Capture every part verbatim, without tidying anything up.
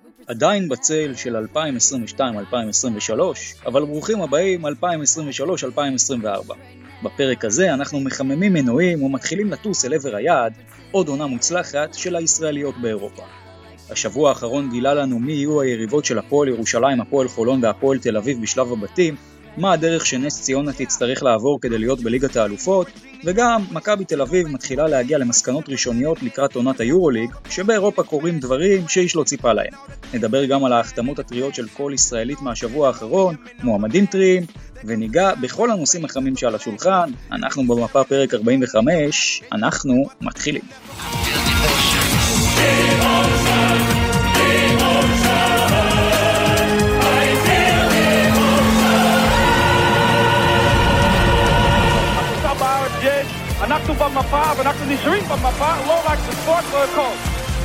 עדיין בצל של אלפיים עשרים ושתיים אלפיים עשרים ושלוש, אבל ברוכים הבאים אלפיים עשרים ושלוש אלפיים עשרים וארבע. בפרק הזה אנחנו מחממים מנועים ומתחילים לטוס אל עבר היעד, עוד עונה מוצלחת של הישראליות באירופה. השבוע האחרון גילה לנו מי יהיו היריבות של הפועל ירושלים, הפועל חולון והפועל תל אביב בשלב הבתים, מה הדרך שנס ציונה תצטרך לעבור כדי להיות בליגת האלופות, וגם מכבי תל אביב מתחילה להגיע למסקנות ראשוניות לקראת עונת היורוליג, שבאירופה קורים דברים שאיש לא ציפה להם. נדבר גם על ההחתמות הטריות של כל ישראלית מהשבוע האחרון, מועמדים טריים, וניגע בכל הנושאים החמים שעל השולחן. אנחנו במפה פרק ארבעים וחמש, אנחנו מתחילים. אנחנו במפה, ואנחנו נשארים במפה, לא רק בספורט, לא הכל.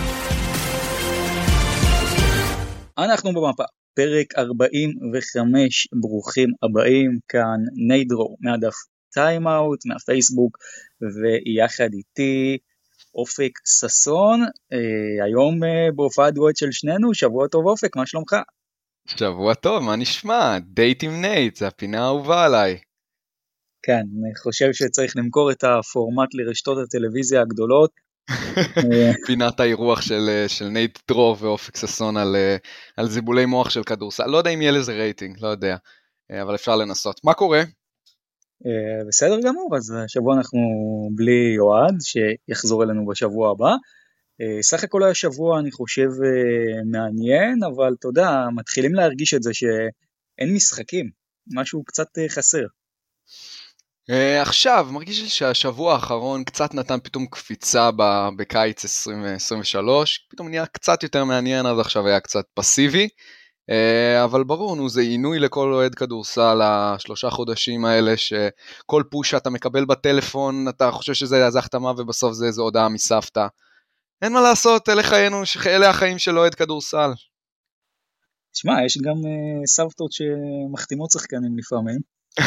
אנחנו במפה, פרק ארבעים וחמש, ברוכים הבאים, כאן ניידרו, מהדף טיים אאוט, מהפייסבוק, ויחד איתי אופק ססון, אה, היום אה, בהופעת דואט של שנינו, שבוע טוב אופק, מה שלומך? שבוע טוב, מה נשמע? דייט עם נייט, זה הפינה האהובה עליי. כן, אני חושב שצריך למכור את הפורמט לרשתות הטלוויזיה הגדולות. פינת האירוח של, של נייט דרוב ואופק ססון על, על זיבולי מוח של כדורסל. לא יודע אם יהיה לזה רייטינג, לא יודע, אבל אפשר לנסות. מה קורה? בסדר גמור, אז השבוע אנחנו בלי יועד, שיחזור אלינו בשבוע הבא. סך הכל השבוע אני חושב מעניין, אבל אתה יודע, מתחילים להרגיש את זה שאין משחקים, משהו קצת חסר. Uh, עכשיו, מרגיש לי שהשבוע האחרון קצת נתן פתאום קפיצה בקיץ עשרים עשרים ושלוש, פתאום נהיה קצת יותר מעניין, עד עכשיו היה קצת פסיבי, uh, אבל ברור, נו, זה עינוי לכל אוהד כדורסל, השלושה חודשים האלה, שכל פוש שאתה מקבל בטלפון, אתה חושב שזה זה החתמה, ובסוף זה איזו הודעה מסבתא. אין מה לעשות, אלה חיינו, אלה החיים של אוהד כדורסל. תשמע, יש גם uh, סבתות שמחתימות שחקנים לפעמים,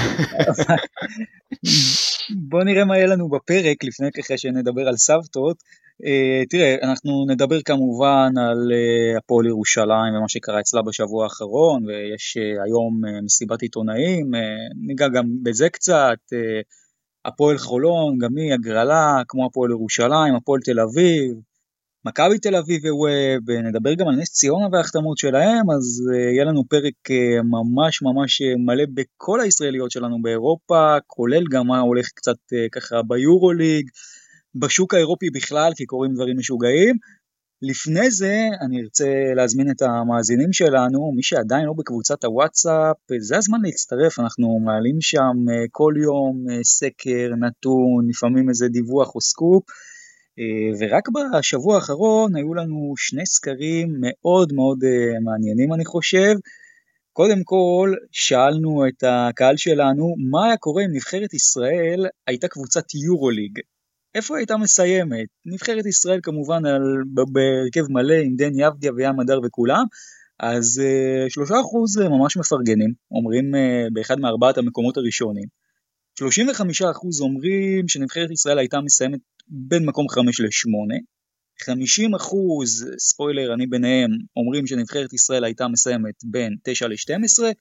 בוא נראה מה יהיה לנו בפרק לפני ככה שנדבר על סבתות. uh, תראה, אנחנו נדבר כמובן על uh, הפועל ירושלים ומה שקרה אצלה בשבוע האחרון, ויש uh, היום uh, מסיבת עיתונאים, uh, ניגע גם בזה קצת. uh, הפועל חולון, גם היא הגרלה כמו הפועל ירושלים, הפועל תל אביב, מכבי תל אביב וווב, נדבר גם על נס ציונה וההחתמות שלהם, אז uh, יהיה לנו פרק uh, ממש ממש מלא בכל הישראליות שלנו באירופה, כולל גם מה הולך קצת uh, ככה ביורוליג, בשוק האירופי בכלל, כי קוראים דברים משוגעים. לפני זה אני ארצה להזמין את המאזינים שלנו, מי שעדיין לא בקבוצת הוואטסאפ, זה הזמן להצטרף, אנחנו מעלים שם uh, כל יום uh, סקר, נתון, לפעמים איזה דיווח או סקופ, ורק בשבוע האחרון היו לנו שני סקרים מאוד מאוד מעניינים אני חושב. קודם כל שאלנו את הקהל שלנו מה היה קורה אם נבחרת ישראל הייתה קבוצת יורוליג, איפה הייתה מסיימת? נבחרת ישראל כמובן על, בהרכב מלא עם דן יבדיה וים הדר וכולם, אז שלושה אחוז ממש מפרגנים, אומרים באחד מארבעת המקומות הראשונים. שלושים וחמישה אחוז אומרים שנבחרת ישראל הייתה מסיימת בין מקום חמש לשמונה, חמישים אחוז, ספוילר אני ביניהם, אומרים שנבחרת ישראל הייתה מסיימת בין תשע ל-שתים עשרה,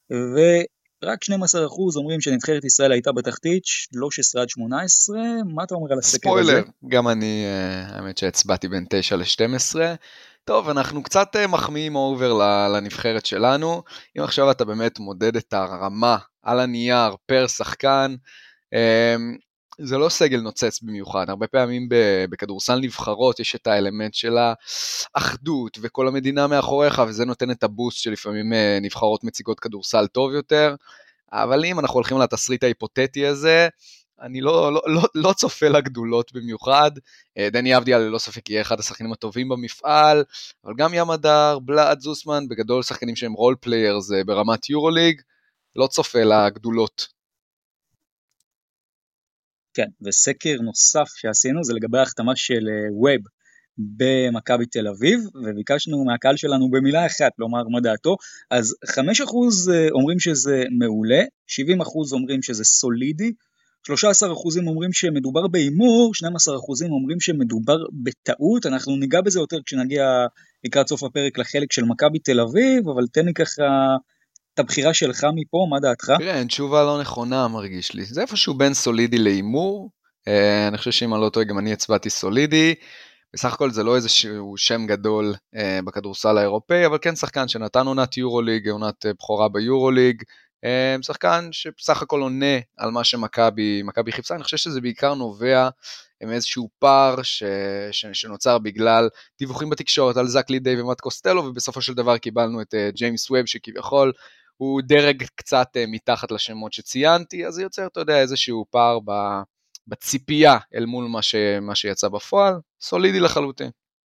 ורק שנים עשר אחוז אומרים שנבחרת ישראל הייתה בתחתית שלוש עשרה עד שמונה עשרה. מה אתה אומר על הסקר הזה? ספוילר, גם אני, האמת שהצבעתי בין תשע ל-שתים עשרה, טוב, אנחנו קצת מחמיאים אובר לנבחרת שלנו, אם עכשיו אתה באמת מודד את הרמה על הנייר פר שחקן, זה לא סגל נוצץ במיוחד, הרבה פעמים בכדורסל נבחרות יש את האלמנט של האחדות וכל המדינה מאחוריך, וזה נותן את הבוסט שלפעמים נבחרות מציגות כדורסל טוב יותר, אבל אם אנחנו הולכים לתסריט ההיפותטי הזה, אני לא, לא, לא, לא צופה לגדולות במיוחד. דני אבדיה ללא ספק יהיה אחד השחקנים הטובים במפעל, אבל גם ים הדר, בלעד זוסמן, בגדול שחקנים שהם רול פליירס ברמת יורוליג, לא צופה לגדולות. כן, וסקר נוסף שעשינו זה לגבי ההחתמה של ווב במכבי תל אביב, וביקשנו מהקהל שלנו במילה אחת לומר מה דעתו. אז חמישה אחוז אומרים שזה מעולה, שבעים אחוז אומרים שזה סולידי, שלושה עשר אחוזים אומרים שמדובר באימור, שנים עשר אחוזים אומרים שמדובר בטעות. אנחנו ניגע בזה יותר כשנגיע לקראת סוף הפרק לחלק של מכבי תל אביב, אבל תן לי ככה את הבחירה שלך מפה, מה דעתך? תראה, אין תשובה לא נכונה מרגיש לי, זה איפשהו בין סולידי לאימור, אני חושב שאם אני לא טועה גם אני הצבעתי סולידי, בסך הכל זה לא איזשהו שם גדול אה, בכדורסל האירופאי, אבל כן שחקן שנתן עונת יורוליג, עונת בכורה ביורוליג, אה, שחקן שבסך הכל עונה על מה שמכבי, מכבי חיפשה, אני חושב שזה בעיקר נובע מאיזשהו פער ש, ש, שנוצר בגלל דיווחים בתקשורת על זק לידי ומט קוסטלו, ובסופו של דבר קיבלנו את אה, ג'יימס ווב שכביכול הוא דרג קצת אה, מתחת לשמות שציינתי, אז זה יוצר, אתה יודע, איזשהו פער ב... בציפייה אל מול מה, ש... מה שיצא בפועל, סולידי לחלוטין.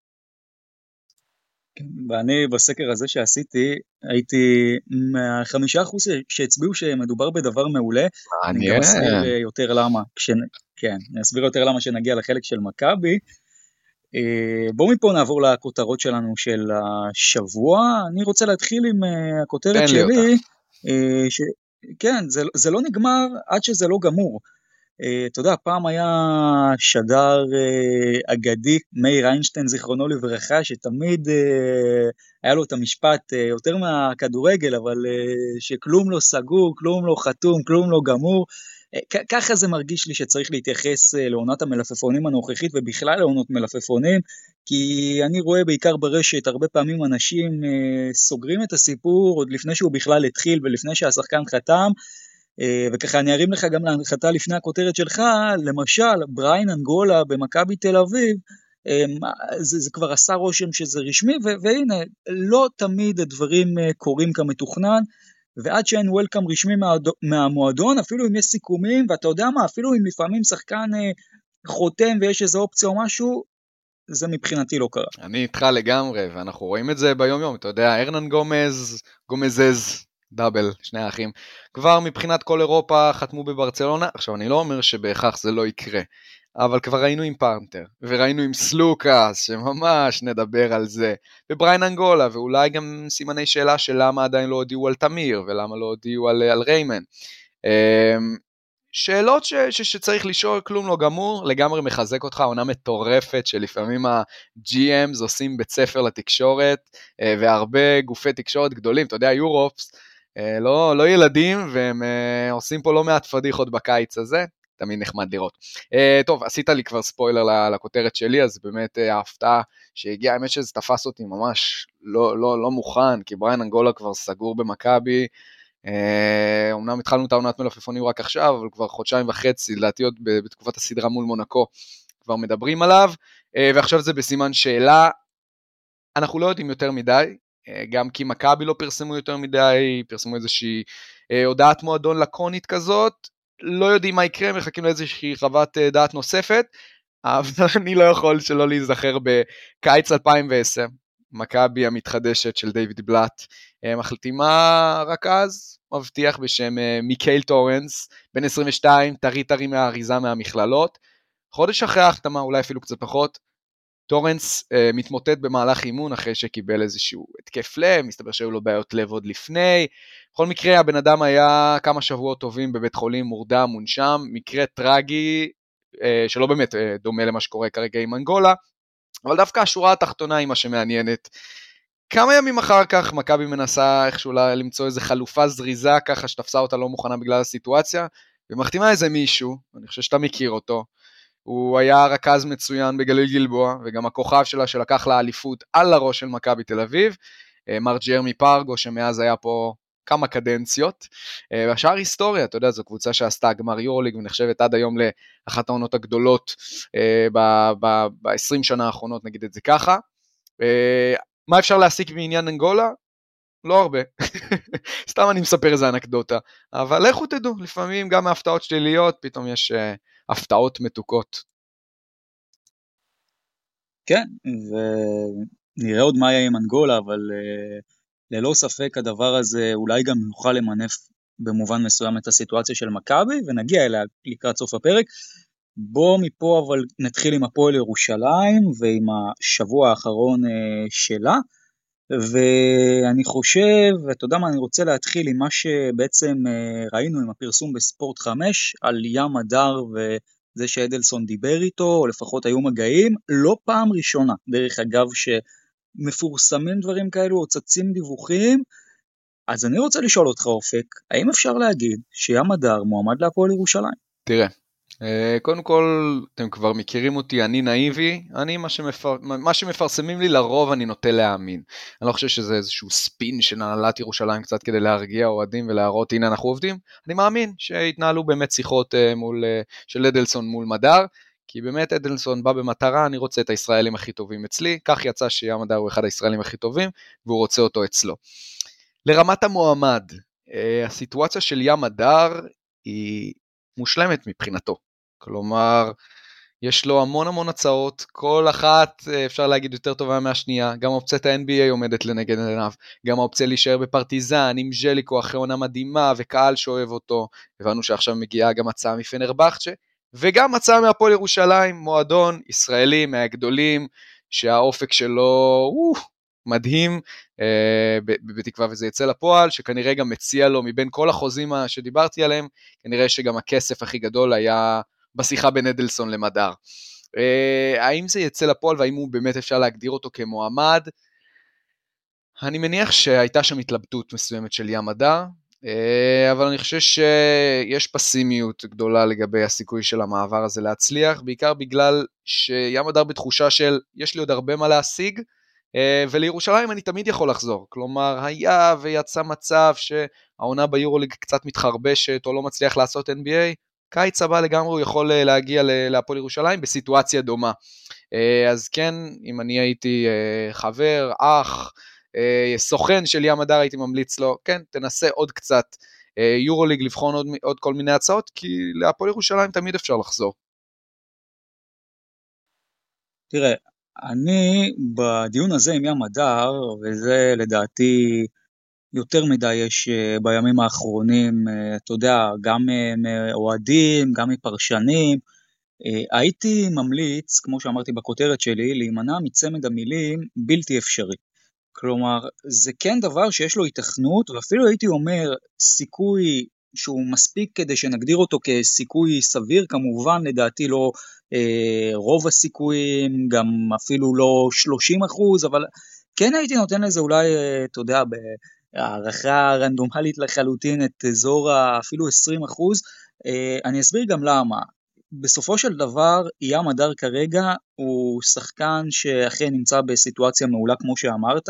ואני בסקר הזה שעשיתי, הייתי מהחמישה אחוז שהצביעו שמדובר בדבר מעולה, אני גם אסביר יותר למה, כש... כן, אני אסביר יותר למה שנגיע לחלק של מכבי. בואו מפה נעבור לכותרות שלנו של השבוע, אני רוצה להתחיל עם הכותרת שלי, ש... כן, זה, זה לא נגמר עד שזה לא גמור. Uh, אתה יודע, פעם היה שדר uh, אגדי, מאיר איינשטיין זיכרונו לברכה, שתמיד uh, היה לו את המשפט uh, יותר מהכדורגל, אבל uh, שכלום לא סגור, כלום לא חתום, כלום לא גמור. Uh, ככה זה מרגיש לי שצריך להתייחס uh, לעונת המלפפונים הנוכחית, ובכלל לעונות מלפפונים, כי אני רואה בעיקר ברשת, הרבה פעמים אנשים uh, סוגרים את הסיפור, עוד לפני שהוא בכלל התחיל, ולפני שהשחקן חתם, וככה אני ארים לך גם להנחתה לפני הכותרת שלך, למשל, בריין אנגולה במכבי תל אביב, זה, זה כבר עשה רושם שזה רשמי, והנה, לא תמיד הדברים קורים כמתוכנן, ועד שאין וולקאם רשמי מהמועדון, אפילו אם יש סיכומים, ואתה יודע מה, אפילו אם לפעמים שחקן חותם ויש איזו אופציה או משהו, זה מבחינתי לא קרה. אני איתך לגמרי, ואנחנו רואים את זה ביום יום, אתה יודע, ארנן גומז, גומזז, דאבל, שני האחים, כבר מבחינת כל אירופה חתמו בברצלונה, עכשיו אני לא אומר שבהכרח זה לא יקרה, אבל כבר ראינו עם פרנטר, וראינו עם סלוקאס, שממש נדבר על זה, ובריין אנגולה, ואולי גם סימני שאלה של למה עדיין לא הודיעו על תמיר, ולמה לא הודיעו על, על ריימן. שאלות ש, ש, שצריך לשאול, כלום לא גמור, לגמרי מחזק אותך, עונה מטורפת, שלפעמים ה-ג'י אמס עושים בית ספר לתקשורת, והרבה גופי תקשורת גדולים, אתה יודע, יורופס, לא, לא ילדים, והם עושים פה לא מעט פדיחות בקיץ הזה, תמיד נחמד לראות. טוב, עשית לי כבר ספוילר לכותרת שלי, אז באמת ההפתעה שהגיעה, האמת שזה תפס אותי ממש לא, לא, לא מוכן, כי בריין אנגולה כבר סגור במכבי, אומנם התחלנו את העונת מלפפונים רק עכשיו, אבל כבר חודשיים וחצי, לדעתי עוד בתקופת הסדרה מול מונקו, כבר מדברים עליו, ועכשיו זה בסימן שאלה, אנחנו לא יודעים יותר מדי, גם כי מכבי לא פרסמו יותר מדי, פרסמו איזושהי הודעת מועדון לקונית כזאת, לא יודעים מה יקרה, מחכים לאיזושהי חוות דעת נוספת, אבל אני לא יכול שלא להיזכר בקיץ אלפיים ועשר, מכבי המתחדשת של דיוויד בלאט, מחתימה רק אז, מבטיח בשם מיקייל טורנס, בן עשרים ושתיים, טרי טרי מהאריזה מהמכללות, חודש אחרי ההחתמה, אולי אפילו קצת פחות, טורנס uh, מתמוטט במהלך אימון אחרי שקיבל איזשהו התקף לב, מסתבר שהיו לו בעיות לב עוד לפני, בכל מקרה הבן אדם היה כמה שבועות טובים בבית חולים מורדם מונשם, מקרה טרגי uh, שלא באמת uh, דומה למה שקורה כרגע עם אנגולה, אבל דווקא השורה התחתונה היא מה שמעניינת, כמה ימים אחר כך מכבי מנסה איכשהו למצוא איזו חלופה זריזה ככה שתפסה אותה לא מוכנה בגלל הסיטואציה, ומחתימה איזה מישהו, אני חושב שאתה מכיר אותו, הוא היה רכז מצוין בגליל גלבוע, וגם הכוכב שלה שלקח לה אליפות על הראש של מכבי תל אביב, מר ג'רמי פרגו, שמאז היה פה כמה קדנציות, והשאר היסטוריה, אתה יודע, זו קבוצה שעשתה גמר יורוליג, ונחשבת עד היום לאחת העונות הגדולות ב-עשרים שנה האחרונות, נגיד את זה ככה. מה אפשר להסיק בעניין אנגולה? לא הרבה, סתם אני מספר איזה אנקדוטה, אבל לכו תדעו, לפעמים גם מהפתעות שליליות, פתאום יש הפתעות מתוקות. כן, ונראה עוד מה יהיה עם אנגולה, אבל ללא ספק הדבר הזה אולי גם יוכל למנף במובן מסוים את הסיטואציה של מכבי, ונגיע אליה לקראת סוף הפרק. בוא מפה אבל נתחיל עם הפועל ירושלים, ועם השבוע האחרון שלה, ואני חושב, ואתה יודע מה, אני רוצה להתחיל עם מה שבעצם ראינו עם הפרסום בספורט חמש, על ים הדר וזה שאדלסון דיבר איתו, או לפחות היו מגעים, לא פעם ראשונה, דרך אגב מפורסמים דברים כאלו, או צצים דיווחים, אז אני רוצה לשאול אותך אופק, האם אפשר להגיד שים הדר מועמד להפועל ירושלים? תראה, קודם כל, אתם כבר מכירים אותי, אני נאיבי, אני מה, שמפר... מה שמפרסמים לי לרוב אני נוטה להאמין. אני לא חושב שזה איזשהו ספין של הנהלת ירושלים קצת כדי להרגיע אוהדים ולהראות, הנה אנחנו עובדים. אני מאמין שהתנהלו באמת שיחות מול, של אדלסון מול מדר, כי באמת אדלסון בא במטרה, אני רוצה את הישראלים הכי טובים אצלי, כך יצא שים הדר הוא אחד הישראלים הכי טובים, והוא רוצה אותו אצלו. לרמת המועמד, הסיטואציה של ים הדר היא מושלמת מבחינתו. כלומר, יש לו המון המון הצעות, כל אחת אפשר להגיד יותר טובה מהשנייה, גם אופציית ה-אן בי איי עומדת לנגד עיניו, גם האופציה להישאר בפרטיזן, עם ז'ליקו אחרי עונה מדהימה, וקהל שאוהב אותו, הבנו שעכשיו מגיעה גם הצעה מפנרבחצ'ה, וגם הצעה מהפועל ירושלים, מועדון ישראלי מהגדולים, שהאופק שלו הוא מדהים, בתקווה וזה יצא לפועל, שכנראה גם מציע לו מבין כל החוזים שדיברתי עליהם, כנראה שגם הכסף הכי גדול היה בשיחה בין אדלסון למדר. האם זה יצא לפועל והאם הוא באמת אפשר להגדיר אותו כמועמד? אני מניח שהייתה שם התלבטות מסוימת של ים הדר, אבל אני חושב שיש פסימיות גדולה לגבי הסיכוי של המעבר הזה להצליח, בעיקר בגלל שים הדר בתחושה של יש לי עוד הרבה מה להשיג, ולירושלים אני תמיד יכול לחזור, כלומר היה ויצא מצב שהעונה ביורוליג קצת מתחרבשת או לא מצליח לעשות אן בי איי, קיץ הבא לגמרי הוא יכול להגיע להפועל ירושלים בסיטואציה דומה. אז כן, אם אני הייתי חבר, אח, סוכן של ים הדר הייתי ממליץ לו, כן, תנסה עוד קצת יורוליג לבחון עוד, עוד כל מיני הצעות, כי להפועל ירושלים תמיד אפשר לחזור. תראה, אני בדיון הזה עם ים הדר, וזה לדעתי יותר מדי יש בימים האחרונים, אתה יודע, גם מאוהדים, גם מפרשנים, הייתי ממליץ, כמו שאמרתי בכותרת שלי, להימנע מצמד המילים בלתי אפשרי. כלומר, זה כן דבר שיש לו התכנות, ואפילו הייתי אומר סיכוי שהוא מספיק כדי שנגדיר אותו כסיכוי סביר, כמובן לדעתי לא אה, רוב הסיכויים, גם אפילו לא שלושים אחוז, אבל כן הייתי נותן לזה אולי, אה, אתה יודע, בהערכה רנדומלית לחלוטין את אזור אפילו עשרים אחוז, אה, אני אסביר גם למה. בסופו של דבר, ים הדר כרגע הוא שחקן שאכן נמצא בסיטואציה מעולה כמו שאמרת,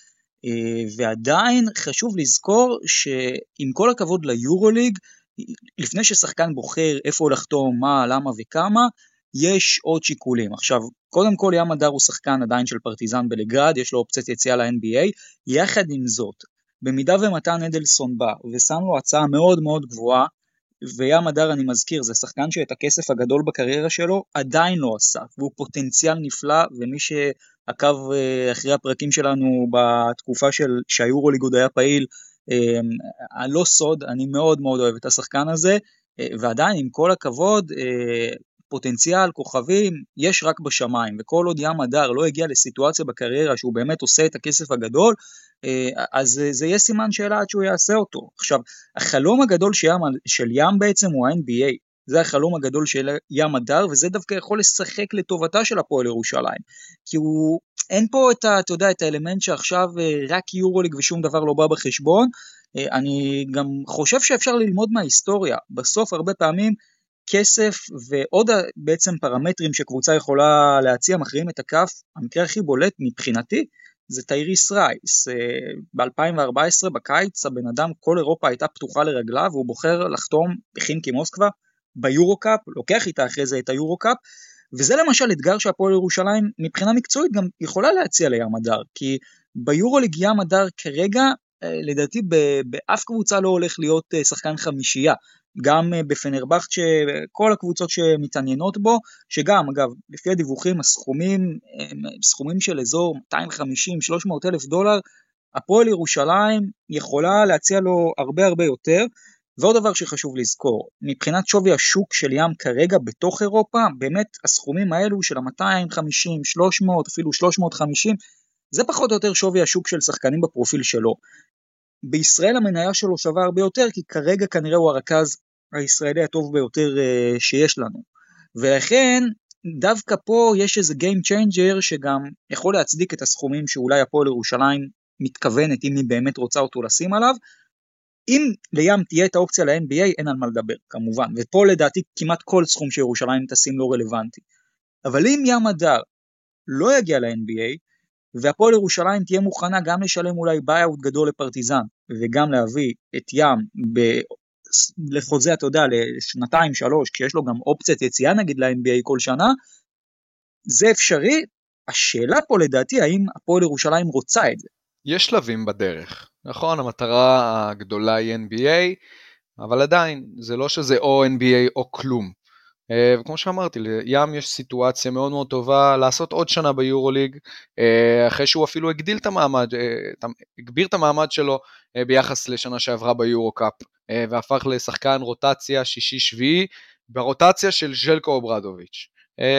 ועדיין חשוב לזכור שעם כל הכבוד ליורוליג, לפני ששחקן בוחר איפה לחתום, מה, למה וכמה, יש עוד שיקולים. עכשיו, קודם כל ים הדר הוא שחקן עדיין של פרטיזן בלגרד, יש לו אופציית יציאה ל-אן בי איי, יחד עם זאת, במידה ומתן אדלסון בא ושם לו הצעה מאוד מאוד גבוהה, וים הדר אני מזכיר, זה שחקן שאת הכסף הגדול בקריירה שלו עדיין לא עשה, והוא פוטנציאל נפלא, ומי שעקב אחרי הפרקים שלנו בתקופה של שהיורוליג עוד היה פעיל, לא סוד, אני מאוד מאוד אוהב את השחקן הזה, ועדיין עם כל הכבוד, פוטנציאל, כוכבים, יש רק בשמיים, וכל עוד ים הדר לא הגיע לסיטואציה בקריירה שהוא באמת עושה את הכסף הגדול, אז זה יהיה סימן שאלה עד שהוא יעשה אותו. עכשיו, החלום הגדול של ים, של ים בעצם הוא ה-אן בי איי, זה החלום הגדול של ים הדר, וזה דווקא יכול לשחק לטובתה של הפועל ירושלים, כי הוא, אין פה את, ה, אתה יודע, את האלמנט שעכשיו רק יורוליג ושום דבר לא בא בחשבון, אני גם חושב שאפשר ללמוד מההיסטוריה, בסוף הרבה פעמים, כסף ועוד בעצם פרמטרים שקבוצה יכולה להציע מכריעים את הכף, המקרה הכי בולט מבחינתי זה טייריס רייס, ב-אלפיים וארבע עשרה בקיץ הבן אדם כל אירופה הייתה פתוחה לרגליו והוא בוחר לחתום בחינקי מוסקבה ביורוקאפ, לוקח איתה אחרי זה את היורוקאפ, וזה למשל אתגר שהפועל ירושלים מבחינה מקצועית גם יכולה להציע לים הדר, כי ביורוליג ים הדר כרגע לדעתי באף קבוצה לא הולך להיות שחקן חמישייה, גם בפנרבחצ'ה שכל הקבוצות שמתעניינות בו, שגם אגב לפי הדיווחים הסכומים סכומים של אזור מאתיים וחמישים שלוש מאות אלף דולר, הפועל ירושלים יכולה להציע לו הרבה הרבה יותר. ועוד דבר שחשוב לזכור, מבחינת שווי השוק של ים כרגע בתוך אירופה, באמת הסכומים האלו של ה-מאתיים וחמישים, שלוש מאות, אפילו שלוש מאות וחמישים, זה פחות או יותר שווי השוק של שחקנים בפרופיל שלו. בישראל המניה שלו שווה הרבה יותר, כי כרגע כנראה הוא הרכז הישראלי הטוב ביותר שיש לנו. ולכן, דווקא פה יש איזה game changer שגם יכול להצדיק את הסכומים שאולי הפועל ירושלים מתכוונת, אם היא באמת רוצה אותו לשים עליו. אם לים תהיה את האופציה ל-אן בי איי, אין על מה לדבר, כמובן, ופה לדעתי כמעט כל סכום שירושלים תשים לא רלוונטי. אבל אם ים הדר לא יגיע ל-אן בי איי, והפועל ירושלים תהיה מוכנה גם לשלם אולי ביי-אוט גדול לפרטיזן, וגם להביא את ים ב... לחוזה, אתה יודע, לשנתיים, שלוש, כשיש לו גם אופציית יציאה נגיד ל-אן בי איי כל שנה, זה אפשרי. השאלה פה לדעתי, האם הפועל ירושלים רוצה את זה? יש שלבים בדרך, נכון? המטרה הגדולה היא אן בי איי, אבל עדיין, זה לא שזה או אן בי איי או כלום. וכמו שאמרתי, לים יש סיטואציה מאוד מאוד טובה לעשות עוד שנה ביורוליג, אחרי שהוא אפילו הגדיל את המעמד, הגביר את המעמד שלו ביחס לשנה שעברה ביורו-קאפ, והפך לשחקן רוטציה שישי-שביעי, ברוטציה של ז'לקו אוברדוביץ'.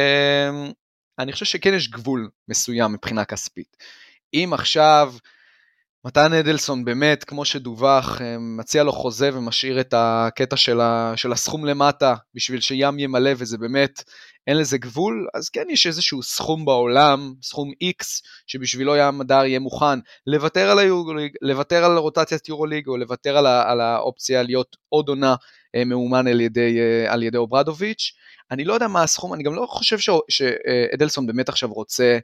אני חושב שכן יש גבול מסוים מבחינה כספית. אם עכשיו מתן אדלסון באמת, כמו שדווח, מציע לו חוזה ומשאיר את הקטע של, ה, של הסכום למטה, בשביל שים ימלא, וזה באמת, אין לזה גבול, אז כן יש איזשהו סכום בעולם, סכום X, שבשבילו ים הדר יהיה מוכן לוותר על היורוליג, לוותר על רוטציית יורוליג, או לוותר על, ה, על האופציה להיות עוד עונה מאומן על ידי, על ידי אוברדוביץ'. אני לא יודע מה הסכום, אני גם לא חושב ש, שאדלסון באמת עכשיו רוצה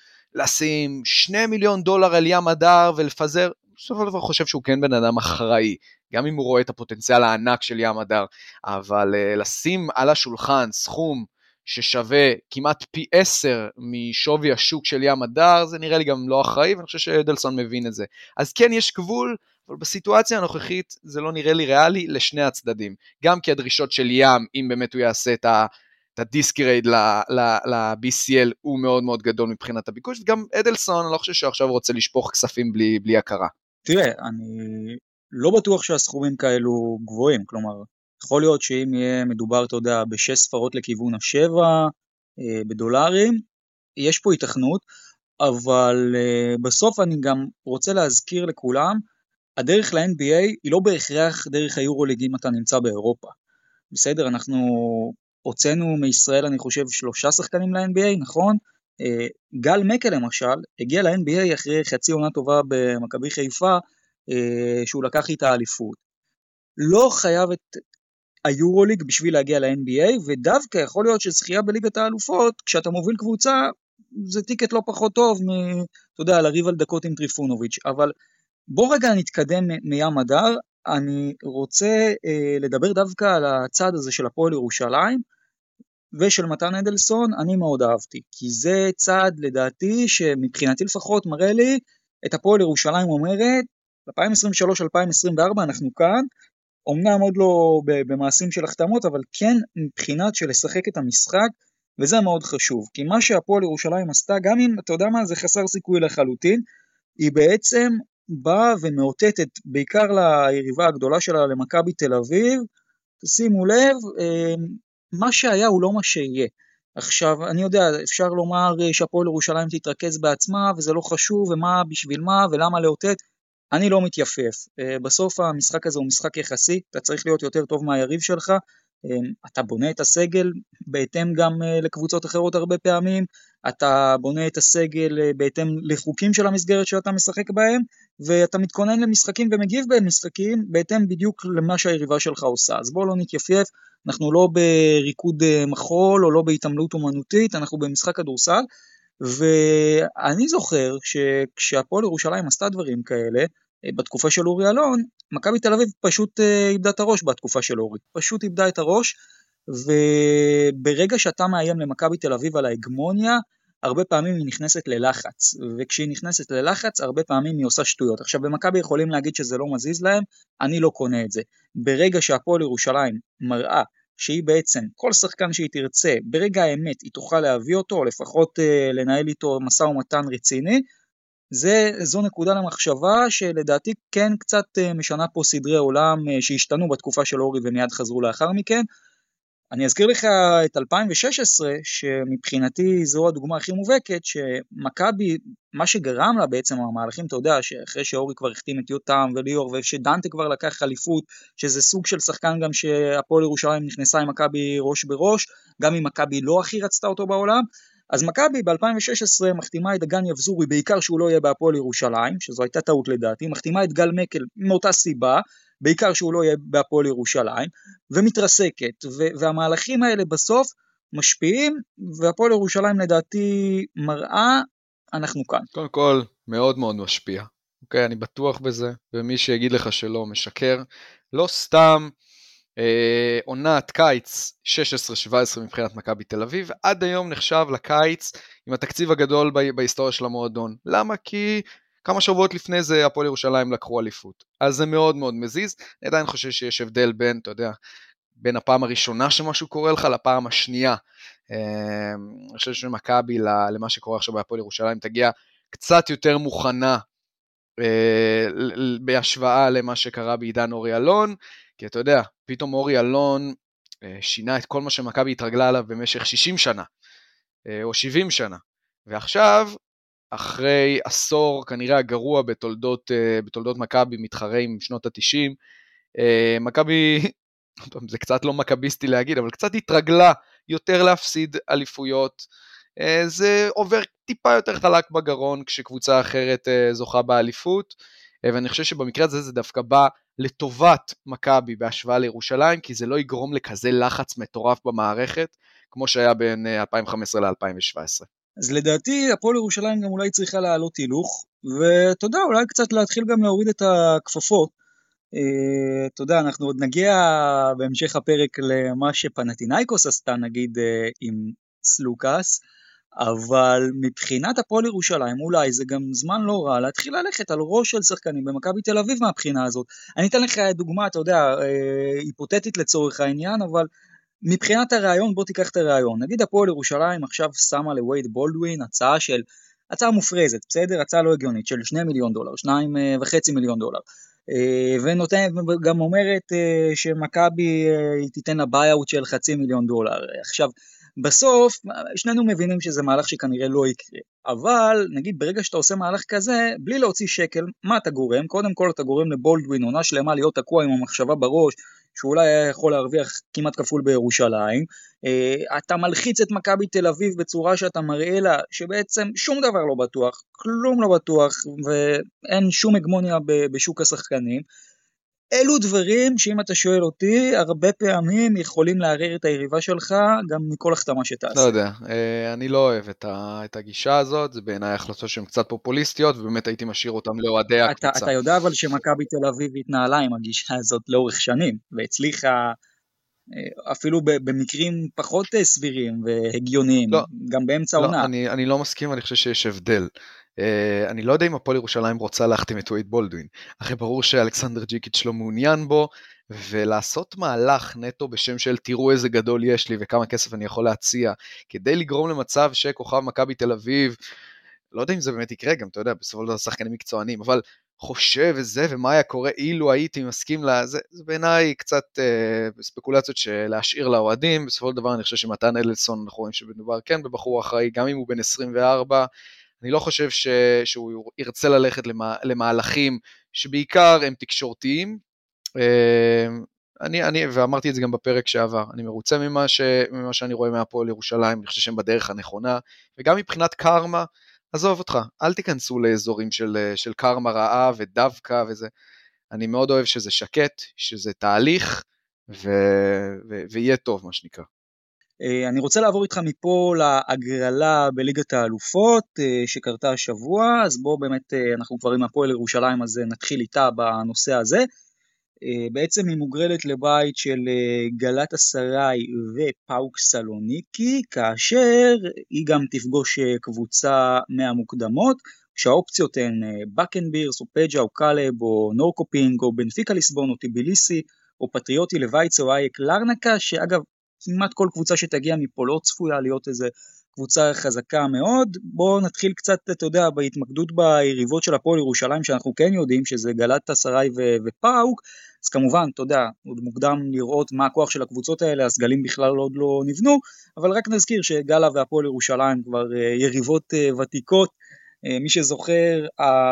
לשים שני מיליון דולר על ים הדר ולפזר, בסופו של דבר חושב שהוא כן בן אדם אחראי, גם אם הוא רואה את הפוטנציאל הענק של ים הדר, אבל uh, לשים על השולחן סכום ששווה כמעט פי עשר משווי השוק של ים הדר, זה נראה לי גם לא אחראי, ואני חושב שאדלסון מבין את זה. אז כן יש גבול, אבל בסיטואציה הנוכחית זה לא נראה לי ריאלי לשני הצדדים, גם כי הדרישות של ים, אם באמת הוא יעשה את ה... את הדיסקרייד ל-בי סי אל הוא מאוד מאוד גדול מבחינת הביקוש, וגם אדלסון, אני לא חושב שעכשיו רוצה לשפוך כספים בלי, בלי הכרה. תראה, אני לא בטוח שהסכומים כאלו גבוהים, כלומר, יכול להיות שאם יהיה מדובר, אתה יודע, בשש ספרות לכיוון השבע, בדולרים, יש פה התכנות, אבל בסוף אני גם רוצה להזכיר לכולם, הדרך ל-אן בי איי היא לא בהכרח דרך היורוליג אם אתה נמצא באירופה. בסדר, אנחנו הוצאנו מישראל, אני חושב, שלושה שחקנים ל-אן בי איי, נכון? גל מקל למשל, הגיע ל-אן בי איי אחרי חצי עונה טובה במכבי חיפה, שהוא לקח איתה אליפות. לא חייב את היורוליג בשביל להגיע ל-אן בי איי, ודווקא יכול להיות שזכייה בליגת האלופות, כשאתה מוביל קבוצה, זה טיקט לא פחות טוב, מ, אתה יודע, לריב על דקות עם טריפונוביץ', אבל בוא רגע נתקדם מים הדר, אני רוצה אה, לדבר דווקא על הצד הזה של הפועל ירושלים, ושל מתן אדלסון, אני מאוד אהבתי, כי זה צעד לדעתי שמבחינתי לפחות מראה לי את הפועל ירושלים אומרת, ב-אלפיים עשרים ושלוש אלפיים עשרים וארבע אנחנו כאן, אומנם עוד לא במעשים של החתמות, אבל כן מבחינת של לשחק את המשחק, וזה מאוד חשוב, כי מה שהפועל ירושלים עשתה, גם אם אתה יודע מה, זה חסר סיכוי לחלוטין, היא בעצם באה ומאותתת בעיקר ליריבה הגדולה שלה למכבי תל אביב, שימו לב, מה שהיה הוא לא מה שיהיה. עכשיו, אני יודע, אפשר לומר שהפועל ירושלים תתרכז בעצמה, וזה לא חשוב, ומה בשביל מה, ולמה לאותת, אני לא מתייפף. בסוף המשחק הזה הוא משחק יחסי, אתה צריך להיות יותר טוב מהיריב שלך, אתה בונה את הסגל בהתאם גם לקבוצות אחרות הרבה פעמים, אתה בונה את הסגל בהתאם לחוקים של המסגרת שאתה משחק בהם, ואתה מתכונן למשחקים ומגיב במשחקים בהתאם בדיוק למה שהיריבה שלך עושה. אז בואו לא נתייפף, אנחנו לא בריקוד מחול או לא בהתעמלות אומנותית, אנחנו במשחק כדורסל, ואני זוכר שכשהפועל ירושלים עשתה דברים כאלה, בתקופה של אורי אלון, מכבי תל אביב פשוט איבדה את הראש בתקופה של אורי, פשוט איבדה את הראש, וברגע שאתה מאיים למכבי תל אביב על ההגמוניה, הרבה פעמים היא נכנסת ללחץ, וכשהיא נכנסת ללחץ, הרבה פעמים היא עושה שטויות. עכשיו, במכבי יכולים להגיד שזה לא מזיז להם, אני לא קונה את זה. ברגע שהפועל ירושלים מראה שהיא בעצם, כל שחקן שהיא תרצה, ברגע האמת היא תוכל להביא אותו, או לפחות אה, לנהל איתו מסע ומתן רציני, זה, זו נקודה למחשבה שלדעתי כן קצת אה, משנה פה סדרי עולם אה, שהשתנו בתקופה של אורי ומיד חזרו לאחר מכן. אני אזכיר לך את אלפיים ושש עשרה, שמבחינתי זו הדוגמה הכי מובהקת, שמכבי, מה שגרם לה בעצם המהלכים, אתה יודע, שאחרי שאורי כבר החתים את יותם וליאור, ושדנטה כבר לקח חליפות, שזה סוג של שחקן גם שהפועל ירושלים נכנסה עם מכבי ראש בראש, גם אם מכבי לא הכי רצתה אותו בעולם, אז מכבי ב-אלפיים ושש עשרה מחתימה את דגן יבזורי, בעיקר שהוא לא יהיה בהפועל ירושלים, שזו הייתה טעות לדעתי, מחתימה את גל מקל מאותה סיבה, בעיקר שהוא לא יהיה בהפועל ירושלים, ומתרסקת, ו- והמהלכים האלה בסוף משפיעים, והפועל ירושלים לדעתי מראה, אנחנו כאן. קודם כל, מאוד מאוד משפיע. אוקיי, אני בטוח בזה, ומי שיגיד לך שלא משקר, לא סתם אה, עונת קיץ שש עשרה שבע עשרה מבחינת מכבי תל אביב, עד היום נחשב לקיץ עם התקציב הגדול ב- בהיסטוריה של המועדון. למה? כי כמה שבועות לפני זה הפועל ירושלים לקחו אליפות. אז זה מאוד מאוד מזיז, אני עדיין חושב שיש הבדל בין, אתה יודע, בין הפעם הראשונה שמשהו קורה לך לפעם השנייה. אני חושב שמכבי למה שקורה עכשיו בהפועל ירושלים תגיע קצת יותר מוכנה בהשוואה למה שקרה בעידן אורי אלון, כי אתה יודע, פתאום אורי אלון שינה את כל מה שמכבי התרגלה עליו במשך שישים שנה, או שבעים שנה, ועכשיו, אחרי עשור כנראה הגרוע בתולדות, בתולדות מכבי, מתחרה עם שנות ה-תשעים, מכבי, זה קצת לא מכביסטי להגיד, אבל קצת התרגלה יותר להפסיד אליפויות, זה עובר טיפה יותר חלק בגרון, כשקבוצה אחרת זוכה באליפות, ואני חושב שבמקרה הזה זה דווקא בא לטובת מכבי בהשוואה לירושלים, כי זה לא יגרום לכזה לחץ מטורף במערכת, כמו שהיה בין אלפיים וחמש עשרה ל-אלפיים שבע עשרה. אז לדעתי הפועל ירושלים גם אולי צריכה לעלות הילוך, ואתה יודע, אולי קצת להתחיל גם להוריד את הכפפות. Uh, אתה יודע, אנחנו עוד נגיע בהמשך הפרק למה שפנתינייקוס עשתה, נגיד, uh, עם סלוקס, אבל מבחינת הפועל ירושלים, אולי זה גם זמן לא רע להתחיל ללכת על ראש של שחקנים במכבי תל אביב מהבחינה הזאת. אני אתן לך דוגמה, אתה יודע, uh, היפותטית לצורך העניין, אבל מבחינת הרעיון, בוא תיקח את הרעיון. נגיד הפועל ירושלים עכשיו שמה לווייד בולדווין הצעה של, הצעה מופרזת, בסדר? הצעה לא הגיונית, של שני מיליון דולר, שניים וחצי מיליון דולר. ונותן, גם אומרת שמכבי היא תיתן לה ביי-אוט של חצי מיליון דולר. עכשיו, בסוף, שנינו מבינים שזה מהלך שכנראה לא יקרה, אבל נגיד ברגע שאתה עושה מהלך כזה, בלי להוציא שקל, מה אתה גורם? קודם כל אתה גורם לבולדווין, עונה שלמה להיות תקוע עם המחשבה בראש, שאולי היה יכול להרוויח כמעט כפול בירושלים, אתה מלחיץ את מכבי תל אביב בצורה שאתה מראה לה שבעצם שום דבר לא בטוח, כלום לא בטוח, ואין שום הגמוניה בשוק השחקנים. אלו דברים שאם אתה שואל אותי, הרבה פעמים יכולים לערער את היריבה שלך גם מכל החתמה שתעשה. לא יודע, אני לא אוהב את הגישה הזאת, זה בעיניי החלטות שהן קצת פופוליסטיות, ובאמת הייתי משאיר אותם לאוהדי הקבוצה. אתה, אתה יודע אבל שמכבי תל אביב התנהלה עם הגישה הזאת לאורך שנים, והצליחה אפילו במקרים פחות סבירים והגיוניים, לא, גם באמצע לא, עונה. אני, אני לא מסכים, אני חושב שיש הבדל. Uh, אני לא יודע אם הפועל ירושלים רוצה להחתים את וייד בולדווין, אחרי ברור שאלכסנדר ג'יקיץ' לא מעוניין בו, ולעשות מהלך נטו בשם של תראו איזה גדול יש לי וכמה כסף אני יכול להציע, כדי לגרום למצב שכוכב מכבי תל אביב, לא יודע אם זה באמת יקרה גם, אתה יודע, בסופו של דבר שחקנים מקצוענים, אבל חושב וזה, ומה היה קורה אילו הייתי מסכים לזה, זה בעיניי קצת uh, ספקולציות שלהשאיר לאוהדים, בסופו של דבר אני חושב שמתן אדלסון, אנחנו רואים שבדובר כן בבחור אחראי, גם אם הוא בן עשרים וארבע, אני לא חושב ש... שהוא ירצה ללכת למה... למהלכים שבעיקר הם תקשורתיים, אני, אני, ואמרתי את זה גם בפרק שעבר, אני מרוצה ממה, ש... ממה שאני רואה מהפועל ירושלים, אני חושב שהם בדרך הנכונה, וגם מבחינת קרמה, עזוב אותך, אל תיכנסו לאזורים של, של קרמה רעה ודווקא וזה, אני מאוד אוהב שזה שקט, שזה תהליך, ו... ו... ויהיה טוב מה שנקרא. אני רוצה לעבור איתך מפה להגרלה בליגת האלופות שקרתה השבוע, אז בואו באמת אנחנו כבר עם הפועל ירושלים, אז נתחיל איתה בנושא הזה. בעצם היא מוגרלת לבית של גלת אסריי ופאוק סלוניקי, כאשר היא גם תפגוש קבוצה מהמוקדמות, כשהאופציות הן בקנבירס או פג'ה או קלב או נורקופינג או בנפיקה ליסבון או טיביליסי או פטריוטי לוייץ או אייק לרנקה, שאגב כמעט כל קבוצה שתגיע מפה לא צפויה להיות איזה קבוצה חזקה מאוד. בואו נתחיל קצת, אתה יודע, בהתמקדות ביריבות של הפועל ירושלים, שאנחנו כן יודעים שזה גלאטסראי ו- ופאוק, אז כמובן, אתה יודע, עוד מוקדם לראות מה הכוח של הקבוצות האלה, הסגלים בכלל עוד לא נבנו, אבל רק נזכיר שגלה והפועל ירושלים כבר יריבות ותיקות. מי שזוכר,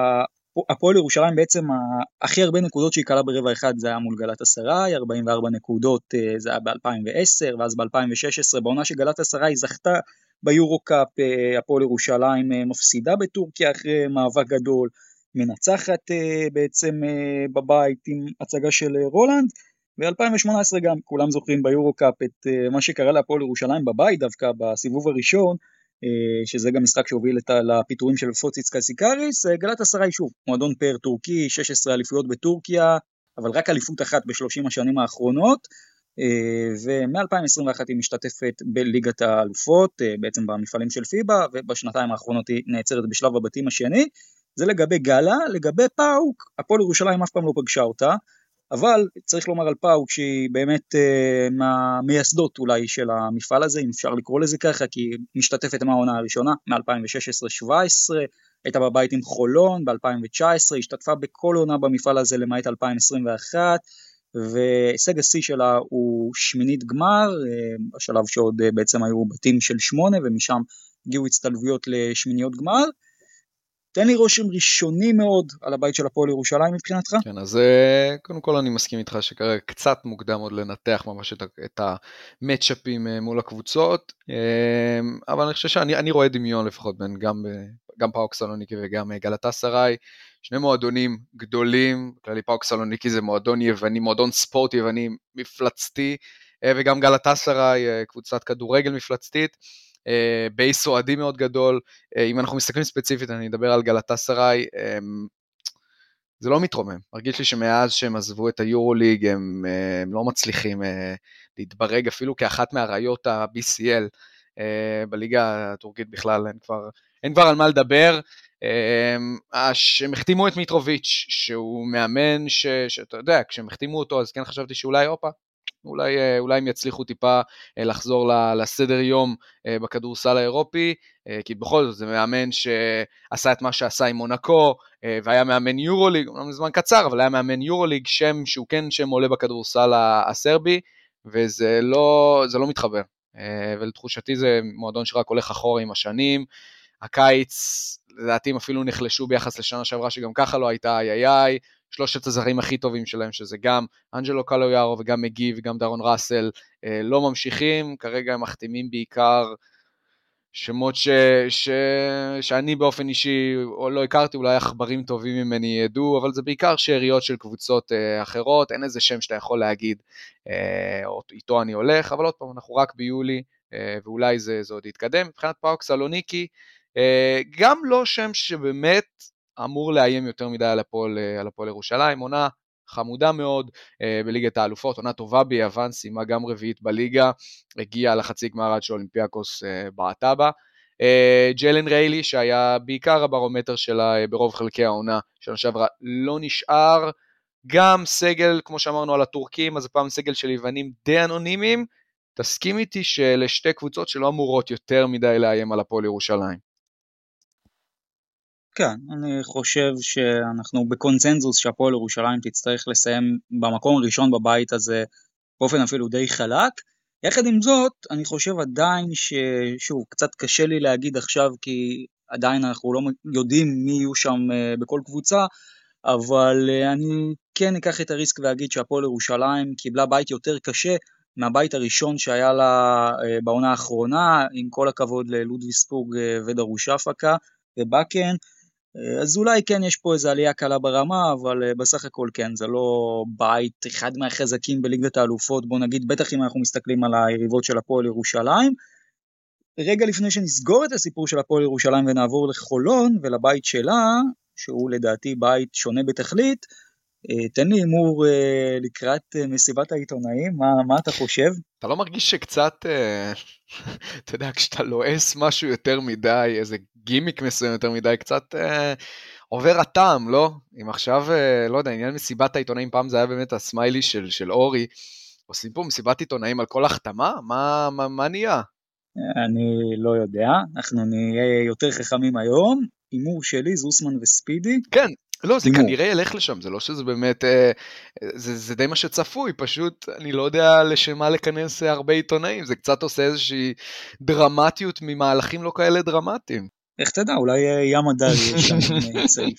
הפועל ירושלים בעצם הכי הרבה נקודות שהיא קלה ברבע אחד זה היה מול גלאטסראי, ארבעים וארבע נקודות זה היה ב-אלפיים ועשר, ואז ב-אלפיים ושש עשרה בעונה שגלאטסראי זכתה ביורו-קאפ, הפועל ירושלים מפסידה בטורקיה אחרי מאבק גדול, מנצחת בעצם בבית עם הצגה של רולנד, ב-אלפיים ושמונה עשרה גם כולם זוכרים ביורו-קאפ את מה שקרה להפועל ירושלים בבית דווקא בסיבוב הראשון, שזה גם משחק שהוביל לפיטורים של פוציץ קסיקריס. גלאטסראי שוב, מועדון פאר טורקי, שש עשרה אליפויות בטורקיה, אבל רק אליפות אחת ב-שלושים השנים האחרונות, ו-מ-אלפיים עשרים ואחת היא משתתפת בליגת האלופות, בעצם במפעלים של פיבה, ובשנתיים האחרונות היא נעצרת בשלב הבתים השני. זה לגבי גלה. לגבי פאוק, הפועל ירושלים אף פעם לא פגשה אותה, אבל צריך לומר על פאוק שהיא באמת אה, מהמייסדות אולי של המפעל הזה, אם אפשר לקרוא לזה ככה, כי היא משתתפת מהעונה הראשונה, מ-אלפיים ושש עשרה שבע עשרה, הייתה בבית עם חולון, ב-אלפיים ותשע עשרה, השתתפה בכל עונה במפעל הזה למעט אלפיים עשרים ואחת, והישג השיא שלה הוא שמינית גמר, אה, השלב שעוד אה, בעצם היו בתים של שמונה, ומשם הגיעו הצטלבויות לשמיניות גמר. תן לי רושם ראשוני מאוד על הבית של הפועל ירושלים מבחינתך. כן, אז קודם כל אני מסכים איתך שכרגע קצת מוקדם עוד לנתח ממש את, את המאצ'אפים מול הקבוצות, אבל אני חושב שאני אני רואה דמיון לפחות בין גם, גם פאוק סלוניקי וגם גלאטסראי, שני מועדונים גדולים, כללי פאוק סלוניקי זה מועדון יווני, מועדון ספורט יווני מפלצתי, וגם גלאטסראי קבוצת כדורגל מפלצתית, בייס אוהדים מאוד גדול. אם אנחנו מסתכלים ספציפית, אני אדבר על גלאטסראי, זה לא מתרומם, מרגיש לי שמאז שהם עזבו את היורוליג, הם, הם לא מצליחים להתברג אפילו כאחת מהראיות ה-בי סי אל, בליגה הטורקית בכלל, אין כבר, אין כבר על מה לדבר. הם החתימו את מיטרוביץ', שהוא מאמן ש, שאתה יודע, כשהם החתימו אותו, אז כן חשבתי שאולי, אופה, אולי, אולי הם יצליחו טיפה לחזור לסדר יום בכדורסל האירופי, כי בכל זאת זה מאמן שעשה את מה שעשה עם מונקו, והיה מאמן יורוליג, אומנם זמן קצר, אבל היה מאמן יורוליג, שם שהוא כן שם עולה בכדורסל הסרבי, וזה לא, זה לא מתחבר. ולתחושתי זה מועדון שרק הולך אחורה עם השנים, הקיץ, לדעתי הם אפילו נחלשו ביחס לשנה שעברה, שגם ככה לא הייתה, איי איי איי, שלושת הזרים הכי טובים שלהם, שזה גם אנג'לו קלויארו וגם מגי וגם דרון ראסל, לא ממשיכים, כרגע הם מחתימים בעיקר שמות ש... ש... שאני באופן אישי או לא הכרתי, אולי אכברים טובים ממני ידעו, אבל זה בעיקר שאריות של קבוצות אחרות, אין איזה שם שאתה יכול להגיד, איתו אני הולך, אבל עוד פעם, אנחנו רק ביולי, ואולי זה, זה עוד יתקדם. מבחינת פאוק סלוניקי, גם לא שם שבאמת אמור לאיים יותר מדי על הפועל, על הפועל ירושלים, עונה חמודה מאוד בליגת האלופות, עונה טובה ביוון, סיימה גם רביעית בליגה, הגיעה לחצי גמר עד שאולימפיאקוס בעטה בה. ג'יילן ריילי, שהיה בעיקר הברומטר שלה ברוב חלקי העונה, שנה שעברה לא נשאר, גם סגל, כמו שאמרנו על הטורקים, אז הפעם סגל של יוונים די אנונימיים, תסכים איתי שאלה שתי קבוצות שלא אמורות יותר מדי לאיים על הפועל ירושלים. כן, אני חושב שאנחנו בקונצנזוס שהפועל ירושלים תצטרך לסיים במקום הראשון בבית הזה, באופן אפילו די חלק. יחד עם זאת, אני חושב עדיין ששוב, קצת קשה לי להגיד עכשיו, כי עדיין אנחנו לא יודעים מי יהיו שם בכל קבוצה, אבל אני כן אקח את הריסק ואגיד שהפועל ירושלים קיבלה בית יותר קשה, מהבית הראשון שהיה לה בעונה האחרונה, עם כל הכבוד ללודוויסבורג ודרושפקה ובקן, אז אולי כן יש פה איזו עלייה קלה ברמה, אבל בסך הכל כן, זה לא בית אחד מהחזקים בליגת האלופות, בוא נגיד, בטח אם אנחנו מסתכלים על היריבות של הפועל ירושלים. רגע לפני שנסגור את הסיפור של הפועל ירושלים ונעבור לחולון ולבית שלה, שהוא לדעתי בית שונה בתכלית, תן לי אימור לקראת מסיבת העיתונאים, מה, מה אתה חושב? אתה לא מרגיש שקצת, אתה יודע, כשאתה לועס משהו יותר מדי, איזה גימיק מסוים יותר מדי, קצת עובר הטעם, לא? אם עכשיו, לא יודע, עניין מסיבת העיתונאים, פעם זה היה באמת הסמיילי של, של אורי, עושים פה מסיבת עיתונאים על כל החתמה? מה, מה, מה נהיה? אני לא יודע, אנחנו נהיה יותר חכמים היום, אימור שלי, זוסמן וספידי. כן, לא, זה אימור. כנראה ילך לשם, זה לא שזה באמת, אה, זה, זה די מה שצפוי, פשוט אני לא יודע לשם מה לכנס הרבה עיתונאים, זה קצת עושה איזושהי דרמטיות ממהלכים לא כאלה דרמטיים. איך תדע, אולי ים הדר יהיה שם צעיף.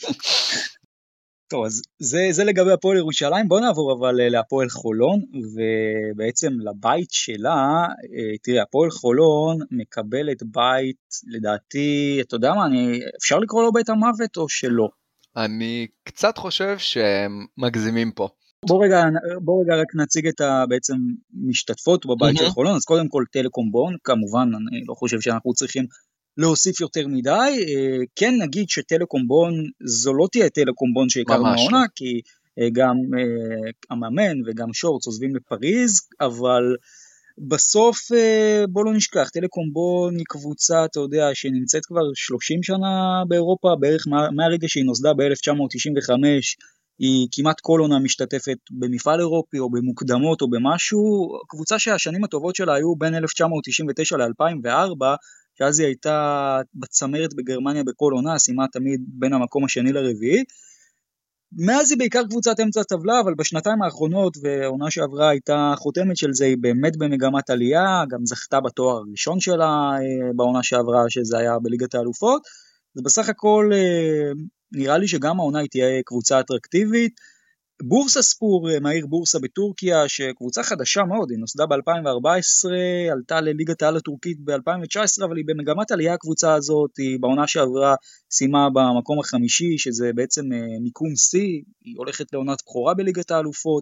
טוב, אז זה, זה לגבי הפועל ירושלים, בוא נעבור אבל להפועל חולון, ובעצם לבית שלה, תראה, הפועל חולון מקבלת בית, לדעתי, אתה יודע מה, אני, אפשר לקרוא לו בית המוות או שלא? אני קצת חושב שהם מגזימים פה. בוא רגע, בוא רגע רק נציג את בעצם משתתפות בבית של חולון, אז קודם כל טלקום בון, כמובן, אני לא חושב שאנחנו צריכים להוסיף יותר מדי, כן נגיד שטלקום בון, זו לא תהיה טלקום בון שהכרנו העונה, כי גם המאמן וגם שורץ עוזבים לפריז, אבל בסוף בוא לא נשכח, טלקום בון היא קבוצה, אתה יודע, שנמצאת כבר שלושים שנה באירופה, בערך מהרגע שהיא נוסדה ב-אלף תשע מאות תשעים וחמש, היא כמעט כל עונה משתתפת במפעל אירופי או במוקדמות או במשהו, קבוצה שהשנים הטובות שלה היו בין אלף תשע מאות תשעים ותשע ל-אלפיים וארבע, שאז היא הייתה בצמרת בגרמניה בכל עונה, סיימה תמיד בין המקום השני לרביעי, מאז היא בעיקר קבוצת אמצע הטבלה, אבל בשנתיים האחרונות, והעונה שעברה הייתה חותמת של זה, היא באמת במגמת עלייה, גם זכתה בתואר הראשון שלה בעונה שעברה, שזה היה בליגת האלופות, אז בסך הכל נראה לי שגם העונה היא תהיה קבוצה אטרקטיבית. בורסה ספור, מהעיר בורסה בטורקיה, שקבוצה חדשה מאוד, היא נוסדה ב-אלפיים וארבע עשרה, עלתה לליגת העל הטורקית ב-אלפיים תשע עשרה, אבל היא במגמת עלייה הקבוצה הזאת, היא בעונה שעברה סיימה במקום החמישי, שזה בעצם מיקום C, היא הולכת לעונת בחורה בליגת האלופות,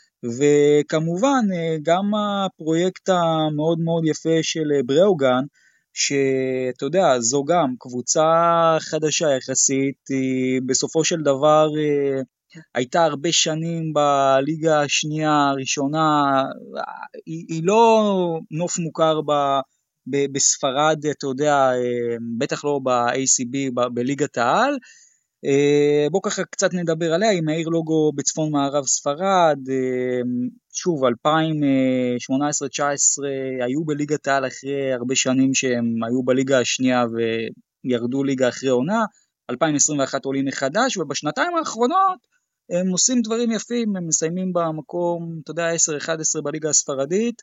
וכמובן גם הפרויקט המאוד מאוד יפה של בראוגן, שאתה יודע, זו גם קבוצה חדשה יחסית, היא בסופו של דבר הייתה הרבה שנים בליגה השנייה הראשונה, היא, היא לא נוף מוכר ב, ב, בספרד, אתה יודע, בטח לא ב-איי סי בי, ב, בליגת העל, בוא ככה קצת נדבר עליה, היא מהעיר לוגו בצפון מערב ספרד, שוב, אלפיים שמונה עשרה תשע עשרה היו בליגת העל אחרי הרבה שנים שהם היו בליגה השנייה וירדו ליגה אחרי עונה, אלפיים עשרים ואחת עולים מחדש, ובשנתיים האחרונות הם עושים דברים יפים, הם מסיימים במקום, אתה יודע, עשר אחת עשרה בליגה הספרדית,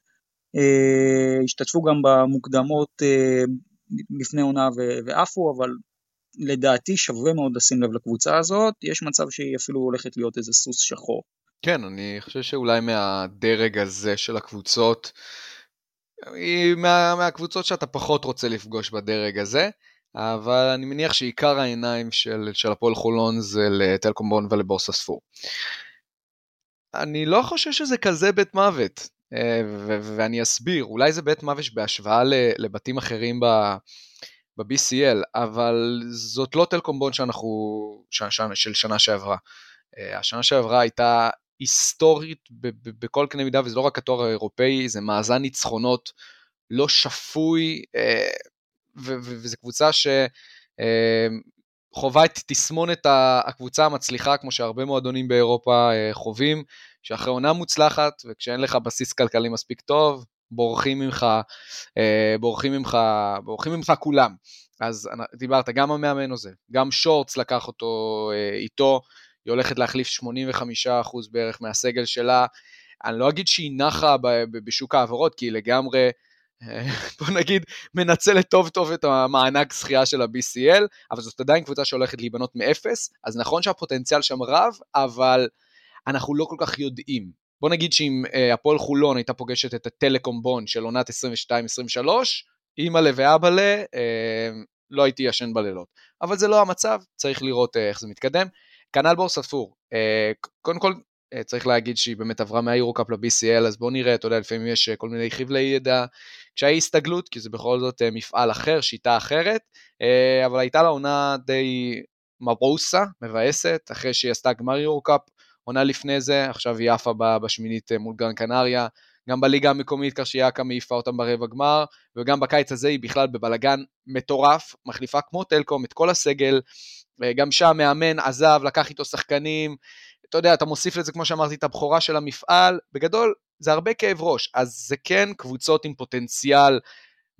השתתפו גם במוקדמות לפני עונה ועפו, אבל לדעתי שווה מאוד לשים לב לקבוצה הזאת, יש מצב שהיא אפילו הולכת להיות איזה סוס שחור. כן, אני חושב שאולי מהדרג הזה של הקבוצות, היא מה, מהקבוצות שאתה פחות רוצה לפגוש בדרג הזה, אבל אני מניח שעיקר העיניים של, של הפועל חולון זה לטלקום בון ולבורסה ספור. אני לא חושב שזה כזה בית מוות, ו- ואני אסביר, אולי זה בית מוות בהשוואה לבתים אחרים ב-בי סי אל, אבל זאת לא טלקום בון שאנחנו, ש- ש- של שנה שעברה. השנה שעברה הייתה היסטורית ב- ב- בכל קנה מידה, וזה לא רק התואר האירופאי, זה מאזן ניצחונות לא שפוי, ו- ו- וזו קבוצה שחובה את תסמונת הקבוצה המצליחה, כמו שהרבה מועדונים באירופה חווים, שאחרי עונה מוצלחת, וכשאין לך בסיס כלכלי מספיק טוב, בורחים ממך, בורחים ממך, בורחים ממך כולם. אז דיברת, גם המאמן הזה, גם שורץ לקח אותו איתו, היא הולכת להחליף שמונים וחמישה אחוז בערך מהסגל שלה, אני לא אגיד שהיא נחה בשוק העברות, כי היא לגמרי, בוא נגיד, מנצלת טוב טוב את המענק זכייה של ה-בי סי אל, אבל זאת עדיין קבוצה שהולכת להיבנות מאפס, אז נכון שהפוטנציאל שם רב, אבל אנחנו לא כל כך יודעים. בוא נגיד שאם הפועל חולון הייתה פוגשת את הטלקום בון של עונת עשרים ושתיים עשרים ושלוש, אמא לה ואבא לה, לא הייתי ישן בלילות. אבל זה לא המצב, צריך לראות איך זה מתקדם. כנ"ל בורסה ספור, קודם כל, צריך להגיד שהיא באמת עברה מהיורוקאפ ל-בי סי אל, אז בואו נראה, אתה יודע, לפעמים יש כל מיני חבלי ידע, כשהיא הסתגלות, כי זה בכל זאת מפעל אחר, שיטה אחרת, אבל הייתה לה עונה די מבוסה, מבאסת, אחרי שהיא עשתה גמר יורוקאפ, עונה לפני זה, עכשיו היא עפה בשמינית מול גרן קנריה, גם בליגה המקומית, קרשיאקה מעיפה אותם ברבע גמר, וגם בקיץ הזה היא בכלל בבלגן מטורף, מחליפה כמו טלקום את כל הסגל, גם שם מאמן עזב, לקח איתו שחקנים, אתה יודע, אתה מוסיף לזה, כמו שאמרתי, את הבחורה של המפעל, בגדול, זה הרבה כאב ראש, אז זה כן קבוצות עם פוטנציאל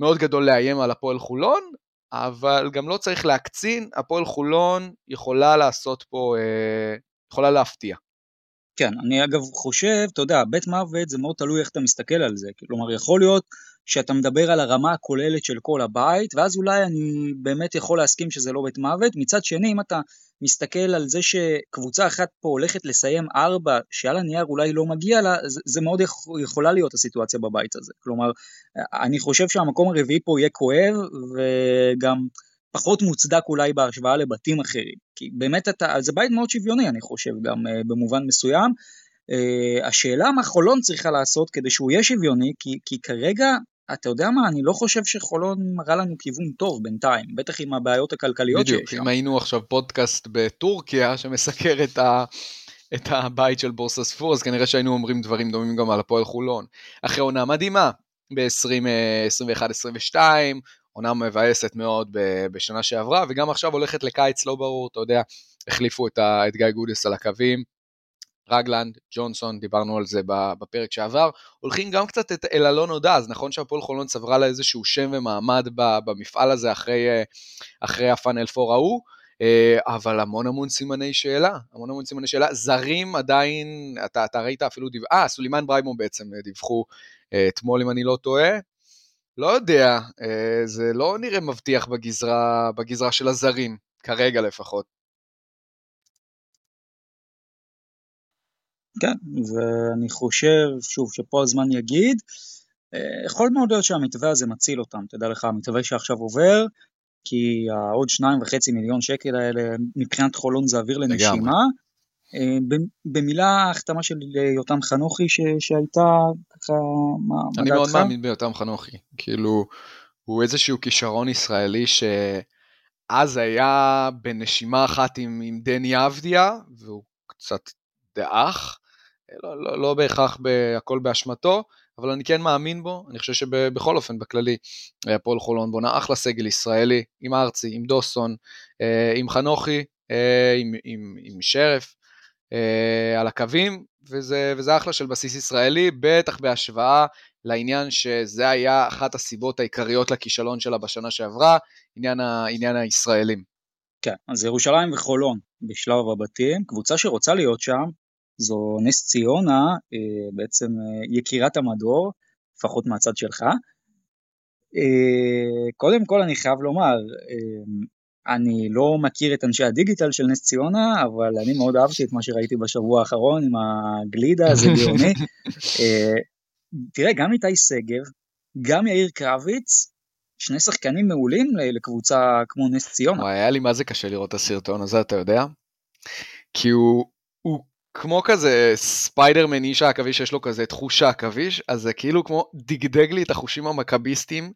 מאוד גדול לאיים על הפועל חולון, אבל גם לא צריך להקצין, הפועל חולון יכולה לעשות פה, יכולה להפתיע. כן, אני אגב חושב, אתה יודע, בית מוות זה מאוד תלוי איך אתה מסתכל על זה, כלומר יכול להיות שאתה מדבר על הרמה הכוללת של כל הבית, ואז אולי אני באמת יכול להסכים שזה לא בית מוות, מצד שני אם אתה מסתכל על זה שקבוצה אחת פה הולכת לסיים ארבע, שעל הנייר אולי לא מגיע לה, זה, זה מאוד יכולה להיות הסיטואציה בבית הזה, כלומר אני חושב שהמקום הרביעי פה יהיה כואב, וגם פחות מוצדק אולי בהשוואה לבתים אחרים, כי באמת אתה, זה בית מאוד שוויוני אני חושב גם uh, במובן מסוים, uh, השאלה מה חולון צריכה לעשות כדי שהוא יהיה שוויוני, כי, כי כרגע אתה יודע מה, אני לא חושב שחולון מראה לנו כיוון טוב בינתיים, בטח עם הבעיות הכלכליות שיש שם. בדיוק, אם היינו עכשיו פודקאסט בטורקיה שמסקר את, ה, את הבית של בורסספור, אז כנראה שהיינו אומרים דברים דומים גם על הפועל חולון. אחרי עונה מדהימה, ב-עשרים ואחת עשרים ושתיים, עונה מבאסת מאוד בשנה שעברה, וגם עכשיו הולכת לקיץ לא ברור, אתה יודע, החליפו את, ה, את גיא גודס על הקווים, רגלנד, ג'ונסון, דיברנו על זה בפרק שעבר, הולכים גם קצת את אל הלא נודע, אז נכון שהפועל חולון צברה לה איזשהו שם ומעמד במפעל הזה אחרי, אחרי הפאנל פור ההוא, אבל המון המון סימני שאלה, המון המון סימני שאלה, זרים עדיין, אתה, אתה ראית אפילו, דיו... אה, סולימן בריימו בעצם דיווחו אתמול אם אני לא טועה, לא יודע, זה לא נראה מבטיח בגזרה, בגזרה של הזרים, כרגע לפחות. כן, ואני חושב, שוב, שפה הזמן יגיד, יכול מאוד להיות שהמתווה הזה מציל אותם, תדע לך, המתווה שעכשיו עובר, כי העוד שניים וחצי מיליון שקל האלה, מבחינת חולון זה אוויר לנשימה, במילה החתמה של יותם חנוכי שהייתה ככה, מה דעתך? אני מאוד מאמין ביותם חנוכי, כאילו, הוא איזשהו כישרון ישראלי שאז היה בנשימה אחת עם, עם דני אבדיה, והוא קצת דאח, לא, לא, לא בהכרח הכל באשמתו, אבל אני כן מאמין בו, אני חושב שבכל אופן בכללי, הפועל חולון בונה אחלה סגל ישראלי, עם ארצי, עם דוסון, עם חנוכי, עם, עם, עם שרף, על הקווים, וזה, וזה אחלה של בסיס ישראלי, בטח בהשוואה לעניין שזה היה אחת הסיבות העיקריות לכישלון שלה בשנה שעברה, עניין, ה, עניין הישראלים. כן, אז ירושלים וחולון בשלב הבתים, קבוצה שרוצה להיות שם, זו נס ציונה, בעצם יקירת המדור, לפחות מהצד שלך. קודם כל אני חייב לומר, אני לא מכיר את אנשי הדיגיטל של נס ציונה, אבל אני מאוד אהבתי את מה שראיתי בשבוע האחרון עם הגלידה, זה גאוני. תראה, גם איתי סגב, גם יאיר קרביץ, שני שחקנים מעולים לקבוצה כמו נס ציונה. היה לי מה זה קשה לראות את הסרטון הזה, אתה יודע? כי הוא, הוא כמו כזה ספיידרמן איש העכביש, שיש לו כזה תחוש העכביש, אז זה כאילו כמו דגדג לי את החושים המכביסטיים,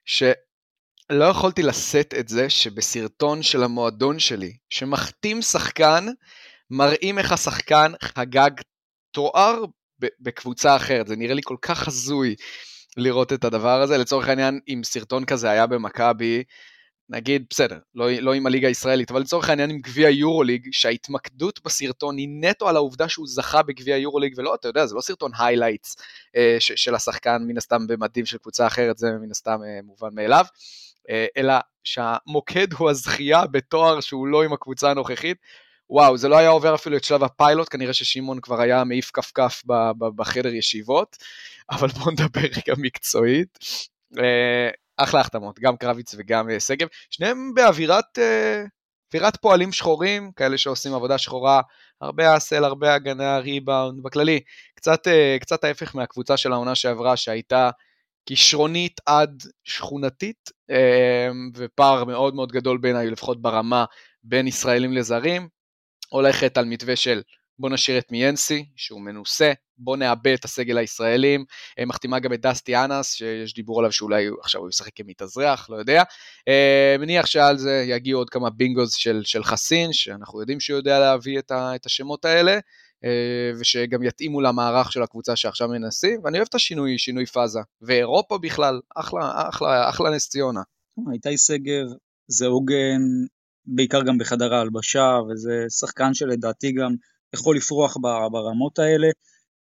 שלא יכולתי לשאת את זה שבסרטון של המועדון שלי, שמחתים שחקן, מראים איך השחקן חגג תואר בקבוצה אחרת, זה נראה לי כל כך הזוי לראות את הדבר הזה, לצורך העניין אם סרטון כזה היה במכבי, נגיד, בסדר, לא, לא עם הליגה הישראלית, אבל לצורך העניין עם גביע יורוליג, שההתמקדות בסרטון היא נטו על העובדה שהוא זכה בגביע יורוליג, ולא, אתה יודע, זה לא סרטון היילייטס אה, של השחקן, מן הסתם במדים של קבוצה אחרת, זה מן הסתם אה, מובן מאליו, אה, אלא שהמוקד הוא הזכייה בתואר שהוא לא עם הקבוצה הנוכחית, וואו, זה לא היה עובר אפילו את שלב הפיילוט, כנראה ששימון כבר היה מעיף כף כף בחדר ישיבות, אבל בואו נדבר רגע מקצועית, אה, אחלה החתמות, גם קרביץ וגם סגב, שניהם באווירת אווירת פועלים שחורים, כאלה שעושים עבודה שחורה, הרבה אסל, הרבה הגנה, ריבאונד, בכללי, קצת, קצת ההפך מהקבוצה של העונה שעברה, שהייתה כישרונית עד שכונתית, ופער מאוד מאוד גדול בעיניי, לפחות ברמה בין ישראלים לזרים, הולכת על מתווה של בוא נשאיר את מיינסי, שהוא מנוסה, בוא נאבד את הסגל הישראלים, מחתימה גם את דסטי אנס, שיש דיבור עליו שאולי עכשיו הוא ישחק כמתאזרח, לא יודע, מניח שעל זה יגיעו עוד כמה בינגוז של, של חסין, שאנחנו יודעים שהוא יודע להביא את, ה, את השמות האלה, ושגם יתאימו למערך של הקבוצה שעכשיו מנסים, ואני אוהב את השינוי, שינוי פאזה, ואירופה בכלל, אחלה, אחלה, אחלה נס ציונה. איתי סגב זה עוגן, בעיקר גם בחדר ההלבשה, וזה שחקן שלדעתי גם יכול לפרוח ברמות האלה,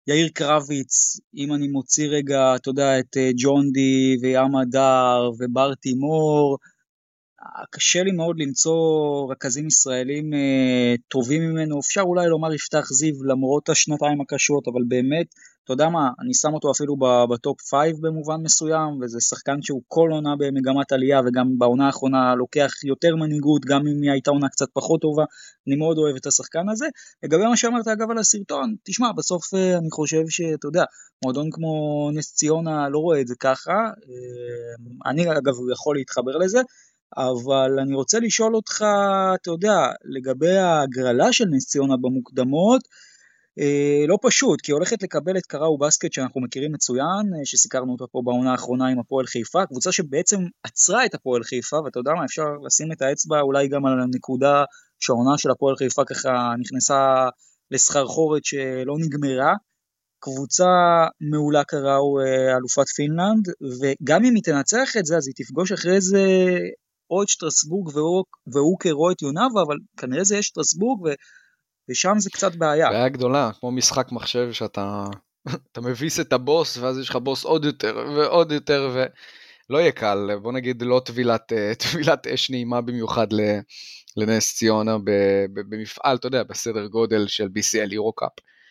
יאיר קרביץ, אם אני מוציא רגע, אתה יודע, את ג'ון די וים הדר ובר תימור, קשה לי מאוד למצוא רכזים ישראלים אה, טובים ממנו, אפשר אולי לומר יפתח זיו למרות השנתיים הקשות, אבל באמת, אתה יודע מה, אני שם אותו אפילו בטופ חמש במובן מסוים, וזה שחקן שהוא כל עונה במגמת עלייה, וגם בעונה האחרונה לוקח יותר מנהיגות, גם אם היא הייתה עונה קצת פחות טובה, אני מאוד אוהב את השחקן הזה. לגבי מה שאמרת אגב על הסרטון, תשמע, בסוף אה, אני חושב שאתה יודע, מועדון כמו נס ציונה לא רואה את זה ככה, אה, אני אגב יכול להתחבר לזה, אבל אני רוצה לשאול אותך, אתה יודע, לגבי ההגרלה של נס ציונה במוקדמות, אה, לא פשוט, כי הולכת לקבל את קראו בסקט שאנחנו מכירים מצוין, אה, שסיקרנו אותה פה בעונה האחרונה עם הפועל חיפה, קבוצה שבעצם עצרה את הפועל חיפה, ואתה יודע מה, אפשר לשים את האצבע אולי גם על הנקודה שהעונה של הפועל חיפה ככה נכנסה לסחרחורת שלא נגמרה, קבוצה מעולה קראו אה, אלופת פינלנד, וגם אם היא תנצח את זה, אז היא תפגוש אחרי זה או את שטרסבורג והוא קראו את יונבה, אבל כנראה זה יש שטרסבורג, ו... ושם זה קצת בעיה. בעיה גדולה, כמו משחק מחשב שאתה אתה מביס את הבוס, ואז יש לך בוס עוד יותר ועוד יותר, ולא יהיה קל, בוא נגיד לא טבילת, טבילת אש נעימה במיוחד לנס ציונה, במפעל, אתה יודע, בסדר גודל של בי סי אל יורו-קאפ.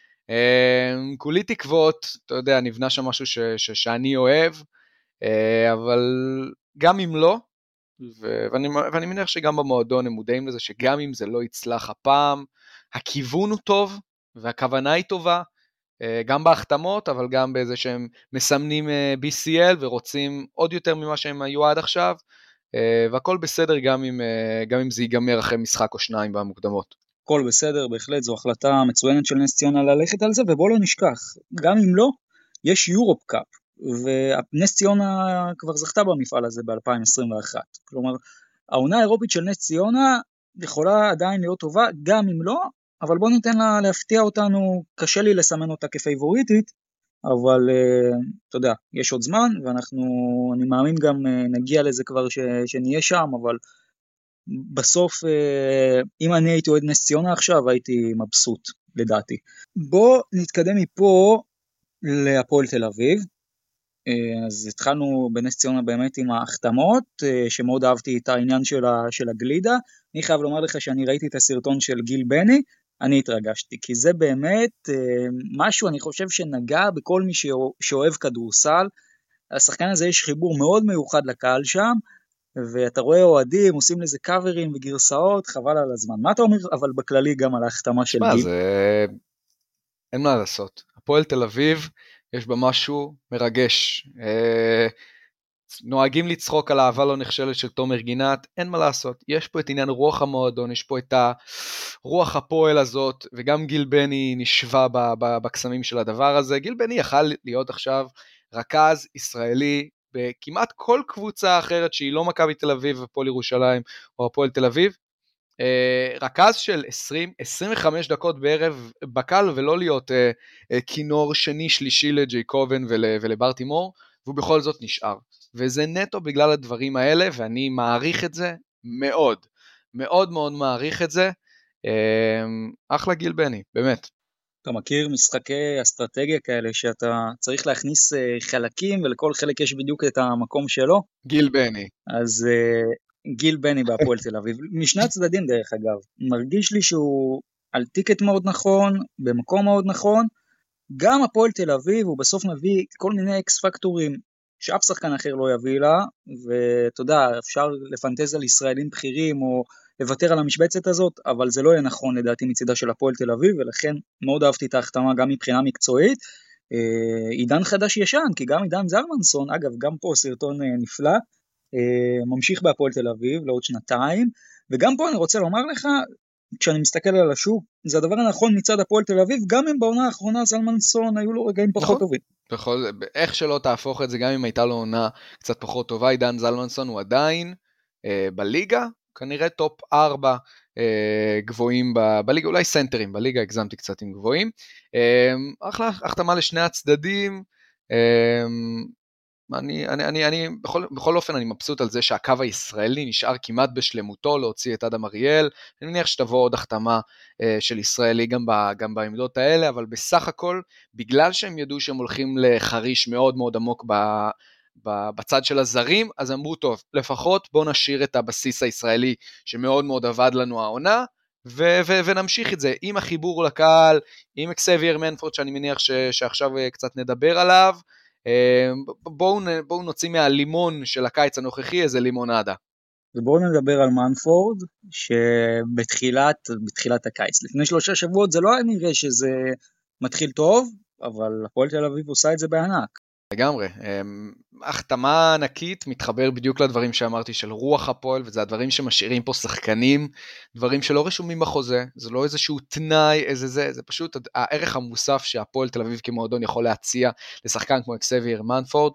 כולי תקוות, אתה יודע, נבנה שם משהו ש, ש, שאני אוהב, אבל גם אם לא, ואני, ואני מניח שגם במועדון הם מודעים לזה, שגם אם זה לא יצלח הפעם, הכיוון הוא טוב, והכוונה היא טובה, גם בהחתמות, אבל גם באיזה שהם מסמנים בי סי אל, ורוצים עוד יותר ממה שהם היו עד עכשיו, והכל בסדר גם אם, גם אם זה ייגמר אחרי משחק או שניים במוקדמות. הכל בסדר, בהחלט, זו החלטה מצוינת של נס ציונה ללכת על זה, ובוא לא נשכח, גם אם לא, יש יורופ קאפ, ונס ציונה כבר זכתה במפעל הזה ב-אלפיים עשרים ואחת, כלומר, העונה האירופית של נס ציונה יכולה עדיין להיות טובה, גם אם לא, אבל בוא ניתן לה להפתיע אותנו, קשה לי לסמן אותה כפייבוריטית, אבל uh, אתה יודע, יש עוד זמן, ואנחנו, אני מאמין גם uh, נגיע לזה כבר ש, שנהיה שם, אבל בסוף, uh, אם אני הייתי אוהד נס ציונה עכשיו, הייתי מבסוט, לדעתי. בוא נתקדם מפה להפועל תל אביב, uh, אז התחלנו בנס ציונה באמת עם ההחתמות, uh, שמאוד אהבתי את העניין של, ה, של הגלידה, אני חייב לומר לך שאני ראיתי את הסרטון של גיל בני, אני התרגשתי, כי זה באמת משהו, אני חושב שנגע בכל מי שאוהב כדורסל, השחקן הזה יש חיבור מאוד מיוחד לקהל שם, ואתה רואה אוהדים, עושים לזה קאברים וגרסאות, חבל על הזמן. מה אתה אומר אבל בכללי גם על ההחתמה של גיל? זה... אין מה לעשות. הפועל תל אביב, יש בה משהו מרגש. נוהגים לצחוק על האהבה לא נכשלת של תומר גינת, אין מה לעשות, יש פה את עניין רוח המועדון, יש פה את הרוח הפועל הזאת, וגם גיל בני נשווה בקסמים של הדבר הזה, גיל בני יכל להיות עכשיו רכז ישראלי, בכמעט כל קבוצה אחרת שהיא לא מכבי תל אביב, הפועל ירושלים או הפועל תל אביב, רכז של עשרים עד עשרים וחמש דקות בערב בקל, ולא להיות כינור שני שלישי לג'ייקובן ולבר תימור, והוא בכל זאת נשאר. וזה נטו בגלל הדברים האלה, ואני מעריך את זה מאוד, מאוד מאוד מעריך את זה, אחלה גיל בני, באמת. אתה מכיר משחקי אסטרטגיה כאלה, שאתה צריך להכניס חלקים, ולכל חלק יש בדיוק את המקום שלו? גיל בני. אז גיל בני בהפועל תל אביב, משני הצדדים דרך אגב, מרגיש לי שהוא על טיקט מאוד נכון, במקום מאוד נכון, גם הפועל תל אביב הוא בסוף מביא כל מיני אקס פקטורים, שאף שחקן אחר לא יביא לה, ואתה יודע, אפשר לפנטז על ישראלים בכירים, או לוותר על המשבצת הזאת, אבל זה לא יהיה נכון לדעתי מצידה של הפועל תל אביב, ולכן מאוד אהבתי את ההחתמה גם מבחינה מקצועית, עידן חדש ישן, כי גם עידן זלמנסון, אגב גם פה סרטון נפלא, ממשיך בהפועל תל אביב לעוד שנתיים, וגם פה אני רוצה לומר לך, כשאני מסתכל על השוק, זה הדבר הנכון מצד הפועל תל אביב, גם אם בעונה האחרונה זלמנסון היו לו רגעים פחות טובים. בכל, איך שלא תהפוך את זה, גם אם הייתה לו עונה קצת פחות טובה, עידן זלמנסון הוא עדיין אה, בליגה, כנראה טופ ארבע אה, גבוהים ב, בליגה, אולי סנטרים, בליגה הגזמתי קצת עם גבוהים, אה, אחלה החתמה לשני הצדדים, אה, אני, אני, אני, אני, בכל, בכל אופן אני מבסוט על זה שהקו הישראלי נשאר כמעט בשלמותו להוציא את אדם אריאל, אני מניח שתבוא עוד החתמה אה, של ישראלי גם, ב, גם בעמדות האלה, אבל בסך הכל, בגלל שהם ידעו שהם הולכים לחריש מאוד מאוד עמוק ב, ב, בצד של הזרים, אז אמרו טוב, לפחות בוא נשאיר את הבסיס הישראלי שמאוד מאוד עבד לנו העונה, ו- ו- ונמשיך את זה, עם החיבור לקהל, עם אקסבייר מנפורד שאני מניח ש- שעכשיו קצת נדבר עליו, בואו, בואו נוציא מהלימון של הקיץ הנוכחי איזה לימונדה. ובואו נדבר על מנפורד, שבתחילת בתחילת הקיץ, לפני שלושה שבועות זה לא היה נראה שזה מתחיל טוב, אבל הפועל תל אביב עושה את זה בענק. לגמרי, החתמה ענקית מתחבר בדיוק לדברים שאמרתי של רוח הפועל, וזה הדברים שמשאירים פה שחקנים, דברים שלא רשומים בחוזה, זה לא איזשהו תנאי, איזה זה, זה פשוט הערך המוסף שהפועל תל אביב כמועדון יכול להציע לשחקן כמו אקסבייר מנפורד,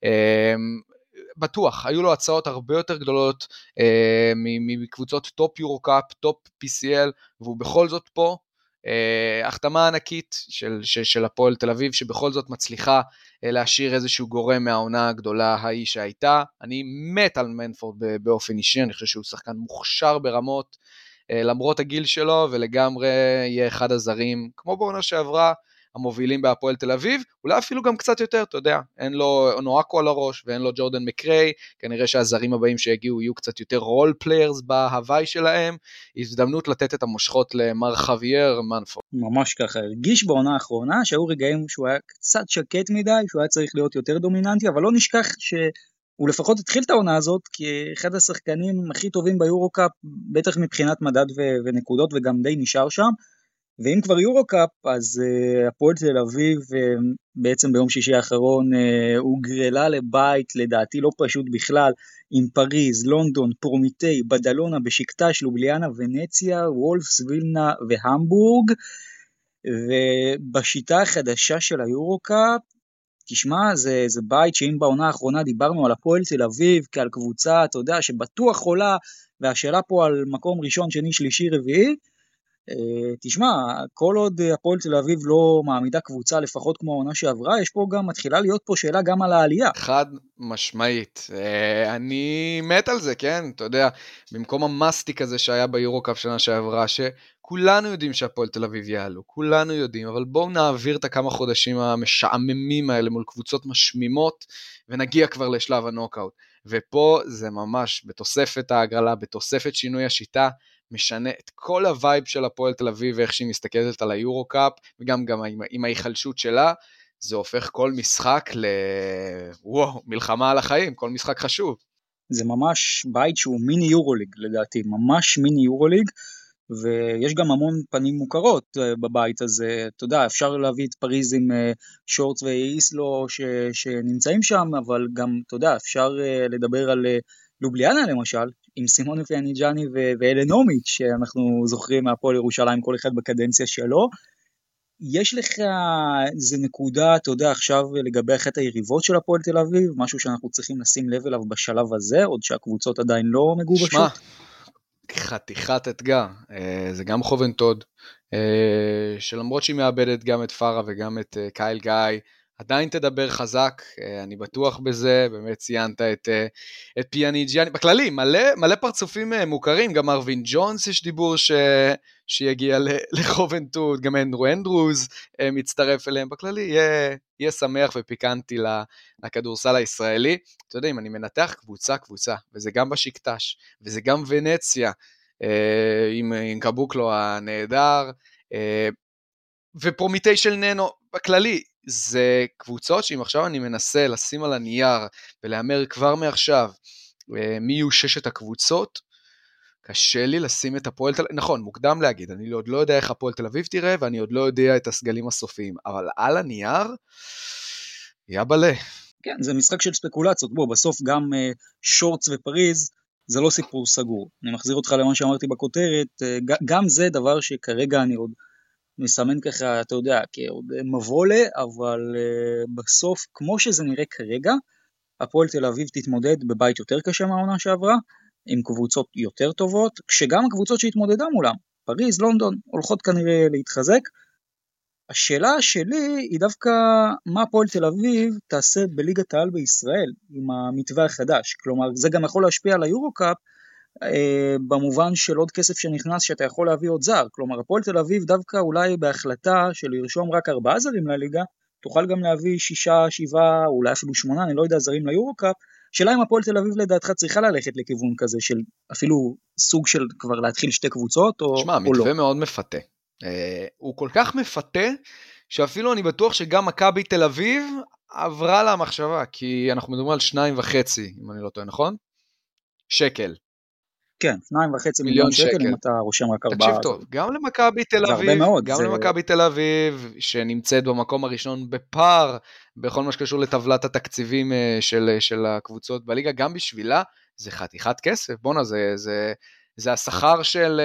בטוח, היו לו הצעות הרבה יותר גדולות מקבוצות טופ יורו-קאפ, טופ פי סי אל, והוא בכל זאת פה, החתמה ענקית של, של, של הפועל תל אביב, שבכל זאת מצליחה להשאיר איזשהו גורם מהעונה הגדולה ההיא שהייתה. אני מת על מנפורד באופן אישי, אני חושב שהוא שחקן מוכשר ברמות, למרות הגיל שלו, ולגמרי יהיה אחד הזרים, כמו בעונה שעברה, המובילים בהפועל תל אביב, אולי אפילו גם קצת יותר, אתה יודע, אין לו נואקו על הראש, ואין לו ג'ורדן מקריי, כנראה שהזרים הבאים שיגיעו יהיו קצת יותר רול פליירס בהוואי שלהם, הזדמנות לתת את המושכות למר חווייר מנפורד. ממש ככה, הרגיש בעונה האחרונה, שהיו רגעים שהוא היה קצת שקט מדי, שהוא היה צריך להיות יותר דומיננטי, אבל לא נשכח שהוא לפחות התחיל את העונה הזאת, כאחד השחקנים הכי טובים ביורו-קאפ, בטח מבחינת מדד ו- ונקודות, וגם די נשאר שם, ואם כבר יורו-קאפ, אז uh, הפועל תל אביב, uh, בעצם ביום שישי האחרון, uh, הוא גרלה לבית, לדעתי לא פשוט בכלל, עם פריז, לונדון, פרומיטי, בדלונה, בשקטש, לובליאנה, ונציה, וולפס, וילנה והמבורג, ובשיטה החדשה של היורו-קאפ, תשמע, זה, זה בית שאם בעונה האחרונה דיברנו על הפועל תל אביב, כעל קבוצה, אתה יודע, שבטוח עולה, והשאלה פה על מקום ראשון, שני, שלישי, רביעי, תשמע, כל עוד הפועל תל אביב לא מעמידה קבוצה לפחות כמו העונה שעברה, יש פה גם, מתחילה להיות פה שאלה גם על העלייה. חד משמעית, אני מת על זה, כן, אתה יודע, במקום המסטיק הזה שהיה ביורו-קאפ שנה שעברה, שכולנו יודעים שהפועל תל אביב יעלו, כולנו יודעים, אבל בואו נעביר את הכמה חודשים המשעממים האלה מול קבוצות משמימות, ונגיע כבר לשלב הנוקאוט, ופה זה ממש בתוספת ההגרלה, בתוספת שינוי השיטה, משנה את כל הווייב של הפועל תל אביב, ואיך שהיא מסתכלת על היורו-קאפ, וגם גם עם, עם ההיחלשות שלה, זה הופך כל משחק ל... וואו, מלחמה על החיים, כל משחק חשוב. זה ממש בית שהוא מיני יורוליג, לדעתי, ממש מיני יורוליג, ויש גם המון פנים מוכרות בבית הזה, אתה יודע, אפשר להביא את פריז עם שורץ ואיסלו ש... שנמצאים שם, אבל גם, אתה יודע, אפשר לדבר על לובליאנה למשל, עם סימון פיאניג'אני ואלנומיץ', שאנחנו זוכרים מהפועל ירושלים, כל אחד בקדנציה שלו. יש לך איזה נקודה, אתה יודע, עכשיו לגבי אחת היריבות של הפועל תל אביב, משהו שאנחנו צריכים לשים לב אליו בשלב הזה, עוד שהקבוצות עדיין לא מגובשות? שמה, חתיכת אתגר, זה גם חובנטוד, שלמרות שהיא מאבדת גם את פארה וגם את קייל גיא, עדיין תדבר חזק, אני בטוח בזה, באמת ציינת את, את פיאניג'יאני, בכללי, מלא, מלא פרצופים מוכרים, גם ארווין ג'ונס יש דיבור ש, שיגיע לחובנטוד, גם אנדרו אנדרוז מצטרף אליהם, בכללי יהיה, יהיה שמח ופיקנטי לכדורסל הישראלי, אתה יודע, אם אני מנתח קבוצה קבוצה, וזה גם בשקטש, וזה גם ונציה, עם, עם קבוקלו הנהדר, ופרומיטי של ננו, בכללי, זה קבוצות שאם עכשיו אני מנסה לשים על הנייר ולאמר כבר מעכשיו מי יהיו ששת הקבוצות, קשה לי לשים את הפועל תל אביב, נכון, מוקדם להגיד, אני עוד לא יודע איך הפועל תל אביב תראה, ואני עוד לא יודע את הסגלים הסופיים, אבל על הנייר, יבלה. כן, זה משחק של ספקולציות, בוא, בסוף גם uh, שורץ ופריז, זה לא סיפור סגור. אני מחזיר אותך למה שאמרתי בכותרת, uh, גם זה דבר שכרגע אני עוד מסמן ככה, אתה יודע, כעוד מבולה, אבל uh, בסוף, כמו שזה נראה כרגע, הפועל תל אביב תתמודד בבית יותר קשה מהעונה שעברה, עם קבוצות יותר טובות, כשגם הקבוצות שהתמודדה מולם, פריז, לונדון, הולכות כנראה להתחזק, השאלה שלי היא דווקא מה הפועל תל אביב תעשה בליגת העל בישראל עם המתווה החדש, כלומר זה גם יכול להשפיע על היורו-קאפ, אה, במובן של עוד כסף שנכנס שאתה יכול להביא עוד זר, כלומר הפועל תל אביב דווקא אולי בהחלטה של לרשום רק ארבעה זרים לליגה, תוכל גם להביא שישה, שבעה, אולי אפילו שמונה, אני לא יודע, זרים ליורו-קאפ, שאלה אם הפועל תל אביב לדעתך צריכה ללכת לכיוון כזה של אפילו סוג של כבר להתחיל שתי קבוצות או, שמה, או לא. מתווה מאוד מפתה. Uh, הוא כל כך מפתה, שאפילו אני בטוח שגם מכבי תל אביב עברה לה המחשבה, כי אנחנו מדברים על שניים וחצי, אם אני לא טועה, נכון? שקל. כן, שניים וחצי מיליון שקל, שקל, אם אתה רושם רק ארבעה. תקשיב טוב, גם למכבי תל אביב, גם זה... למכבי תל אביב, שנמצאת במקום הראשון בפער, בכל מה שקשור לטבלת התקציבים של, של הקבוצות בליגה, גם בשבילה, זה חתיכת כסף, בונה, זה... זה זה השכר של,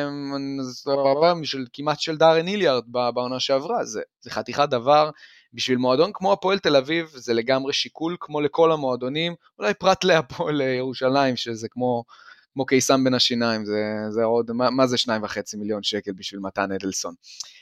של כמעט של דארן היליארד בעונה שעברה, זה, זה חתיכת דבר, בשביל מועדון כמו הפועל תל אביב, זה לגמרי שיקול כמו לכל המועדונים, אולי פרט להפועל ירושלים, שזה כמו, כמו קיסם בין השיניים, זה, זה עוד, מה, מה זה שניים וחצי מיליון שקל בשביל מתן אדלסון.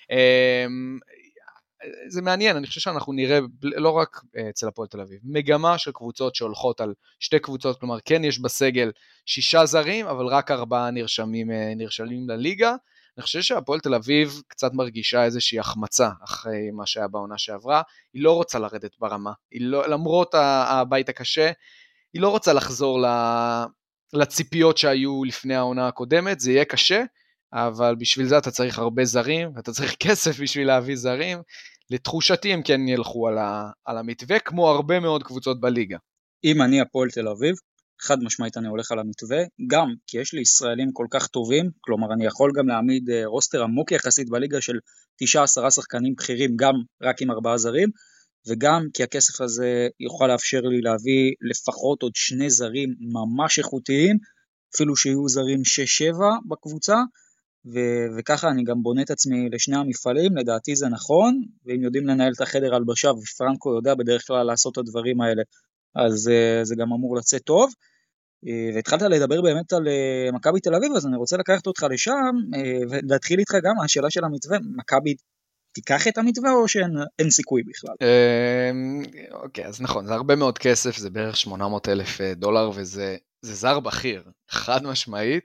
זה מעניין, אני חושב שאנחנו נראה, לא רק אצל הפועל תל אביב, מגמה של קבוצות שהולכות על שתי קבוצות, כלומר כן יש בסגל שישה זרים, אבל רק ארבעה נרשמים, נרשמים לליגה. אני חושב שהפועל תל אביב קצת מרגישה איזושהי החמצה אחרי מה שהיה בעונה שעברה, היא לא רוצה לרדת ברמה, היא לא, למרות הבית הקשה, היא לא רוצה לחזור לציפיות שהיו לפני העונה הקודמת, זה יהיה קשה, אבל בשביל זה אתה צריך הרבה זרים, אתה צריך כסף בשביל להביא זרים, לתחושתי הם כן ילכו על, ה, על המתווה, כמו הרבה מאוד קבוצות בליגה. אם אני הפועל תל אביב, חד משמעית אני הולך על המתווה, גם כי יש לי ישראלים כל כך טובים, כלומר אני יכול גם להעמיד רוסטר עמוק יחסית בליגה של תשעה עשרה שחקנים בכירים, גם רק עם ארבעה זרים, וגם כי הכסף הזה יוכל לאפשר לי להביא לפחות עוד שני זרים ממש איכותיים, אפילו שיהיו זרים שש שבע בקבוצה, ו- וככה אני גם בונה את עצמי לשני המפעלים, לדעתי זה נכון, ואם יודעים לנהל את החדר הלבשה, ופרנקו יודע בדרך כלל לעשות את הדברים האלה, אז uh, זה גם אמור לצאת טוב, uh, והתחלת לדבר באמת על uh, מכבי תל אביב, אז אני רוצה לקחת אותך לשם, uh, ולהתחיל איתך גם השאלה של המתווה, מכבי תיקח את המתווה או שאין סיכוי בכלל? אוקיי, אז נכון, זה הרבה מאוד כסף, זה בערך שמונה מאות אלף דולר, וזה זר בכיר, חד משמעית,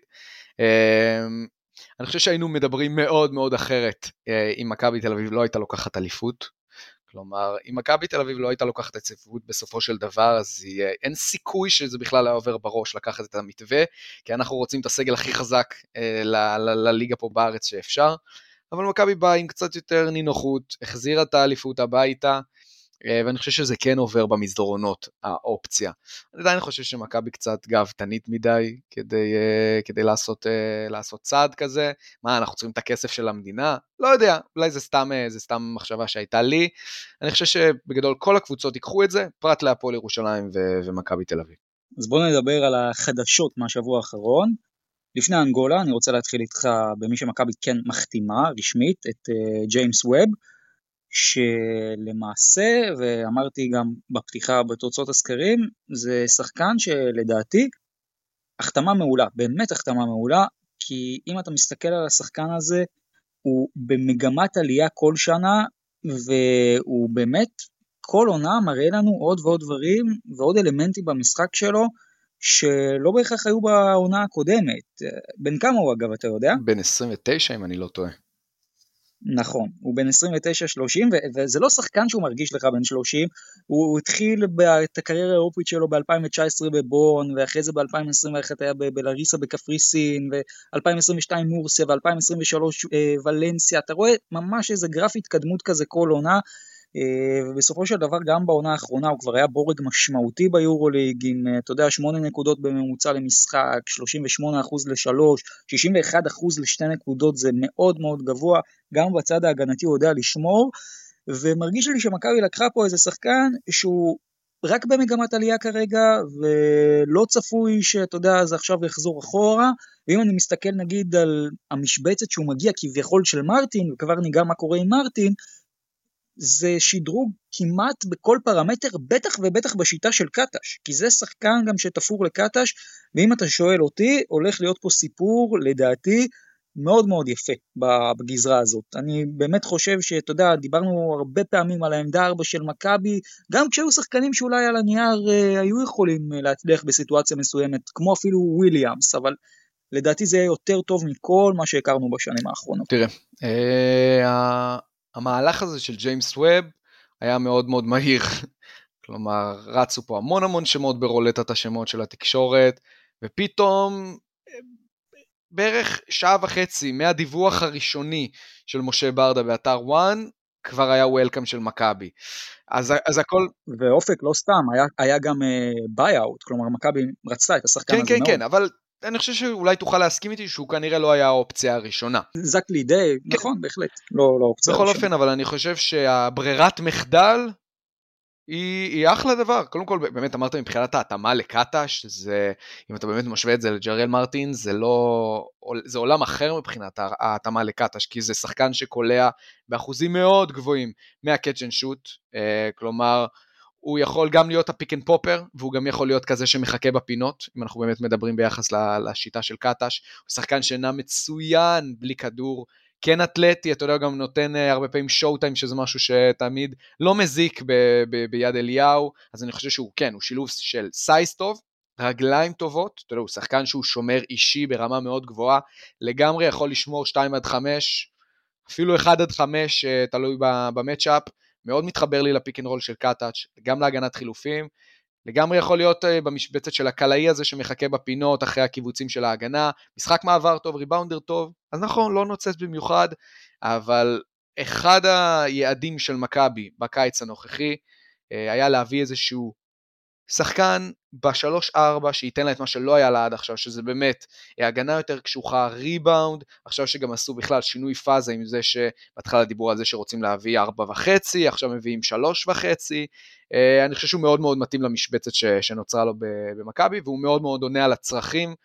אני חושב שהיינו מדברים מאוד מאוד אחרת, אם מכבי תל אביב לא הייתה לוקחת אליפות, כלומר, אם מכבי תל אביב לא הייתה לוקחת את אליפות בסופו של דבר, אז אין סיכוי שזה בכלל היה עובר בראש לקחת את המתווה, כי אנחנו רוצים את הסגל הכי חזק לליגה פה בארץ שאפשר, אבל מכבי באה עם קצת יותר נינוחות, החזירה את האליפות הביתה, ואני חושב שזה כן עובר במסדרונות, האופציה. אני עדיין חושב שמכבי קצת גאוותנית מדי, כדי, כדי לעשות, לעשות צעד כזה. מה, אנחנו צריכים את הכסף של המדינה? לא יודע, אולי זה סתם, זה סתם מחשבה שהייתה לי. אני חושב שבגדול כל הקבוצות ייקחו את זה, פרט להפועל ירושלים ו- ומכבי תל אביב. אז בואו נדבר על החדשות מהשבוע האחרון. לפני אנגולה, אני רוצה להתחיל איתך במי שמכבי כן מחתימה רשמית, את ג'יימס ווב, שלמעשה, ואמרתי גם בפתיחה בתוצאות הסקרים, זה שחקן שלדעתי החתמה מעולה, באמת החתמה מעולה, כי אם אתה מסתכל על השחקן הזה, הוא במגמת עלייה כל שנה, והוא באמת כל עונה מראה לנו עוד ועוד דברים, ועוד אלמנטים במשחק שלו, שלא בהכרח היו בעונה הקודמת. בין כמה הוא אגב, אתה יודע? בין עשרים ותשע אם אני לא טועה. נכון, הוא בין עשרים ותשע שלושים, וזה לא שחקן שהוא מרגיש לך בין שלושים, הוא התחיל את הקריירה האירופית שלו ב-אלפיים תשע עשרה בבון, ואחרי זה ב-אלפיים עשרים ואחת היה בלריסה בקפריסין, ו-אלפיים עשרים ושתיים מורסיה, ו-אלפיים עשרים ושלוש ולנסיה, אתה רואה ממש איזה גרף התקדמות כזה כל עונה, ובסופו של דבר גם בעונה האחרונה הוא כבר היה בורג משמעותי ביורוליג, עם אתה יודע שמונה נקודות בממוצע למשחק, שלושים ושמונה אחוז לשלוש, שישים ואחד אחוז לשתי נקודות, זה מאוד מאוד גבוה, גם בצד ההגנתי הוא יודע לשמור, ומרגיש לי שמכבי לקחה פה איזה שחקן שהוא רק במגמת עלייה כרגע, ולא צפוי שאתה יודע זה עכשיו יחזור אחורה, ואם אני מסתכל נגיד על המשבצת שהוא מגיע כביכול של מרטין, וכבר ניגע מה קורה עם מרטין, זה שדרוג כמעט בכל פרמטר, בטח ובטח בשיטה של קטש, כי זה שחקן גם שתפור לקטש, ואם אתה שואל אותי, הולך להיות פה סיפור, לדעתי, מאוד מאוד יפה בגזרה הזאת. אני באמת חושב שאתה יודע, דיברנו הרבה פעמים על העמדה ארבע של מכבי, גם כשהיו שחקנים שאולי על הנייר אה, היו יכולים להצליח בסיטואציה מסוימת, כמו אפילו וויליאמס, אבל לדעתי זה יותר טוב מכל מה שהכרנו בשנים האחרונות. תראה, אה, המהלך הזה של ג'יימס ווב היה מאוד מאוד מהיר, כלומר רצו פה המון המון שמות ברולטת השמות של התקשורת, ופתאום בערך שעה וחצי מהדיווח הראשוני של משה ברדה באתר וואן, כבר היה וולקאם של מכבי. אז, אז הכל... ואופק לא סתם, היה, היה גם ביי-אוט, uh, כלומר מכבי רצתה את השחקן כן, הזה כן, מאוד. כן, כן, אבל אני חושב שאולי תוכל להסכים איתי שהוא כנראה לא היה האופציה הראשונה. זק לידי, כן. נכון, בהחלט, לא, לא האופציה בכל הראשונה. אופן, אבל אני חושב שהברירת מחדל היא, היא אחלה דבר. קודם כל, באמת אמרת מבחינת ההתאמה לקטש, זה, אם אתה באמת משווה את זה לג'רל מרטין, זה לא, זה עולם אחר מבחינת ההתאמה לקטש, כי זה שחקן שקולע באחוזים מאוד גבוהים מהקאץ' אנד שוט, כלומר, הוא יכול גם להיות הפיק אנד פופר, והוא גם יכול להיות כזה שמחכה בפינות, אם אנחנו באמת מדברים ביחס לשיטה של קטש, הוא שחקן שינה מצוין בלי כדור, כן אתלטי, אתה יודע, גם נותן הרבה פעמים שואו טיים, שזה משהו שתמיד לא מזיק ב- ב- ביד אליהו, אז אני חושב שהוא כן, הוא שילוב של סייז טוב, רגליים טובות, אתה יודע, הוא שחקן שהוא שומר אישי ברמה מאוד גבוהה, לגמרי יכול לשמור שתיים עד חמש, אפילו אחד עד חמש, תלוי במאצ'אפ, מאוד מתחבר לי לפיק אנד רול של קטאץ', גם להגנת חילופים, לגמרי יכול להיות במשבצת של הקלעי הזה שמחכה בפינות אחרי הקיבוצים של ההגנה, משחק מעבר טוב, ריבאונדר טוב, אז נכון, לא נוצץ במיוחד, אבל אחד היעדים של מכבי בקיץ הנוכחי, היה להביא איזשהו שחקן בשלוש ארבע שייתן לה את מה שלא היה לה עד עכשיו, שזה באמת הגנה יותר קשוחה, ריבאונד, עכשיו שגם עשו בכלל שינוי פאזה עם זה שבהתחלה דיברו על זה שרוצים להביא ארבע וחצי, עכשיו מביאים שלוש וחצי, אני חושב שהוא מאוד מאוד מתאים למשבצת שנוצרה לו במכבי, והוא מאוד מאוד עונה על הצרכים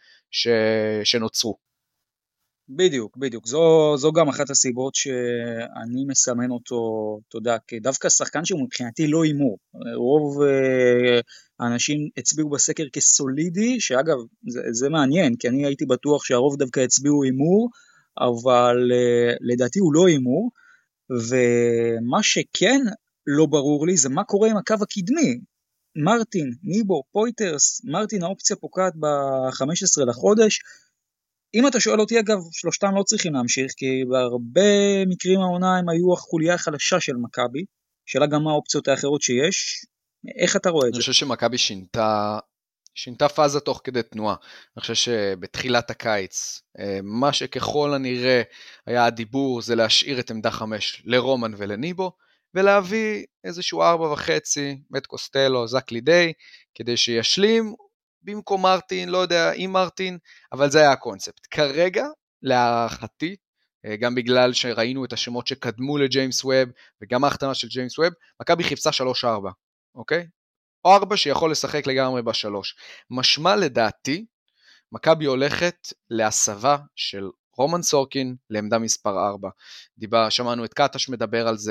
שנוצרו. בדיוק, בדיוק. זו, זו גם אחת הסיבות שאני מסמן אותו, אתה יודע, כדווקא שחקן שהוא מבחינתי לא אימור. רוב האנשים הצביעו בסקר כסולידי, שאגב, זה, זה מעניין, כי אני הייתי בטוח שהרוב דווקא הצביעו אימור, אבל לדעתי הוא לא אימור, ומה שכן לא ברור לי זה מה קורה עם הקו הקדמי. מרטין, ניבו, פויטרס, מרטין האופציה פוקעת ב-חמישה עשר לחודש, אם אתה שואל אותי, אגב, שלושתם לא צריכים להמשיך, כי בהרבה מקרים העונה הם היו החוליה החלשה של מכבי, שאלה גם מה האופציות האחרות שיש, איך אתה רואה את זה? אני חושב שמכבי שינתה, שינתה פאזה תוך כדי תנועה, אני חושב שבתחילת הקיץ, מה שככל הנראה היה הדיבור, זה להשאיר את עמדה חמש לרומן ולניבו, ולהביא איזשהו ארבע וחצי, בית קוסטלו, זק לידי, כדי שישלים, במקום מרטין, לא יודע, עם מרטין, אבל זה היה הקונספט. כרגע, להערכתי, גם בגלל שראינו את השמות שקדמו לג'יימס ווב, וגם ההחתמה של ג'יימס ווב, מכבי חיפשה שלוש ארבע, אוקיי? או ארבע שיכול לשחק לגמרי בשלוש. משמע לדעתי, מכבי הולכת להסבה של רומן סורקין לעמדה מספר ארבע. דיבר, שמענו את קטש מדבר על זה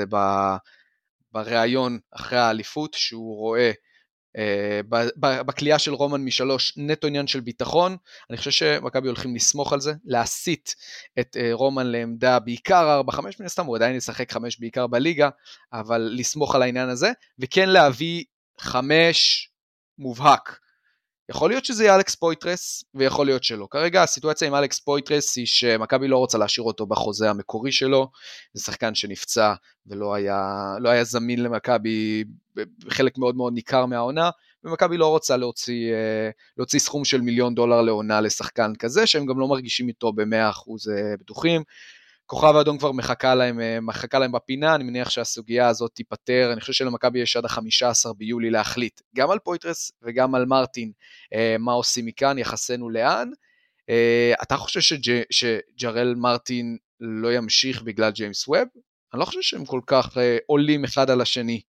בריאיון אחרי האליפות, שהוא רואה בקליעה של רומן משלוש נטו עניין של ביטחון. אני חושב שמכבי הולכים לסמוך על זה, להסיט את רומן לעמדה בעיקר ארבע חמש, מן הסתם הוא עדיין ישחק חמש בעיקר בליגה, אבל לסמוך על העניין הזה, וכן להביא חמש מובהק. יכול להיות שזה יהיה אלכס פויטרס, ויכול להיות שלא. כרגע הסיטואציה עם אלכס פויטרס היא שמכבי לא רוצה להשאיר אותו בחוזה המקורי שלו, זה שחקן שנפצע ולא היה, לא היה זמין למכבי בחלק מאוד מאוד ניכר מהעונה, ומכבי לא רוצה להוציא, להוציא סכום של מיליון דולר לעונה לשחקן כזה, שהם גם לא מרגישים איתו ב-מאה אחוז בטוחים. כוכב האדום כבר מחכה להם, מחכה להם בפינה, אני מניח שהסוגיה הזאת תיפטר, אני חושב שלמכבי יש עד ה-חמישה עשר ביולי להחליט, גם על פויטרס וגם על מרטין, מה עושים מכאן, יחסנו לאן. אתה חושב שג'- שג'רל מרטין לא ימשיך בגלל ג'יימס ווב? אני לא חושב שהם כל כך עולים אחד על השני.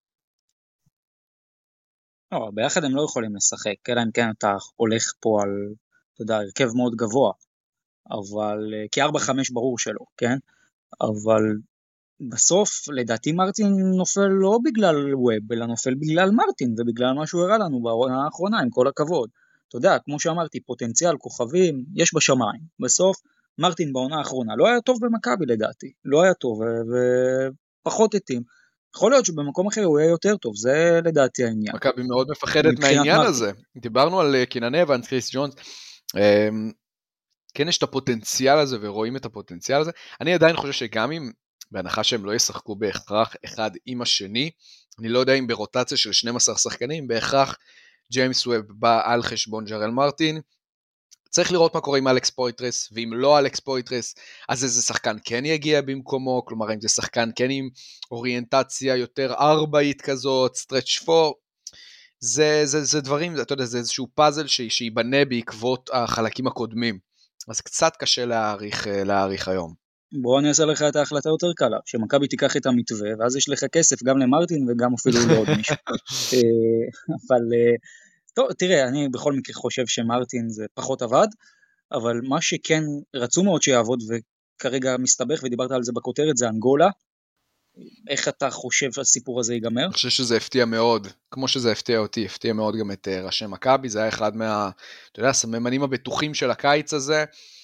לא, ביחד הם לא יכולים לשחק, אלא אם כן אתה הולך פה על, אתה יודע, הרכב מאוד גבוה. אבל, כי ארבע חמש ברור שלא, כן? אבל בסוף, לדעתי מרטין נופל לא בגלל ווב, אלא נופל בגלל מרטין, ובגלל מה שהוא הראה לנו בעונה האחרונה, עם כל הכבוד. אתה יודע, כמו שאמרתי, פוטנציאל, כוכבים, יש בשמיים. בסוף, מרטין בעונה האחרונה לא היה טוב במכבי לדעתי, לא היה טוב ופחות התאים. יכול להיות שבמקום אחר הוא יהיה יותר טוב, זה לדעתי העניין. מכבי מאוד מפחדת מהעניין הזה. דיברנו על קינן אבנס, קריס ג'ונס, כן יש את הפוטנציאל הזה ורואים את הפוטנציאל הזה. אני עדיין חושב שגם אם, בהנחה שהם לא ישחקו בהכרח אחד עם השני, אני לא יודע אם ברוטציה של שנים עשר שחקנים, בהכרח ג'יימס ווב בא על חשבון ג'רל מרטין, צריך לראות מה קורה עם אלכס פויטרס, ואם לא אלכס פויטרס, אז איזה שחקן כן יגיע במקומו, כלומר אם זה שחקן כן עם אוריינטציה יותר ארבעית כזאת, סטרץ' פור, זה, זה, זה דברים, אתה יודע, זה איזשהו פאזל שיבנה בעקבות החלקים הקודמים, אז קצת קשה להעריך, להעריך היום. בוא אני אעשה לך את ההחלטה יותר קלה, שמכבי תיקח את המתווה, ואז יש לך כסף גם למרטין וגם אפילו לעוד מישהו. אבל... טוב, תראה, אני בכל מקרה חושב שמרטין זה פחות עבד, אבל מה שכן רצו מאוד שיעבוד וכרגע מסתבך, ודיברת על זה בכותרת, זה אנגולה. איך אתה חושב שהסיפור הזה ייגמר? אני חושב שזה הפתיע מאוד, כמו שזה הפתיע אותי, הפתיע מאוד גם את ראשי מכבי, זה היה אחד מה, אתה יודע, הסממנים הבטוחים של הקיץ הזה,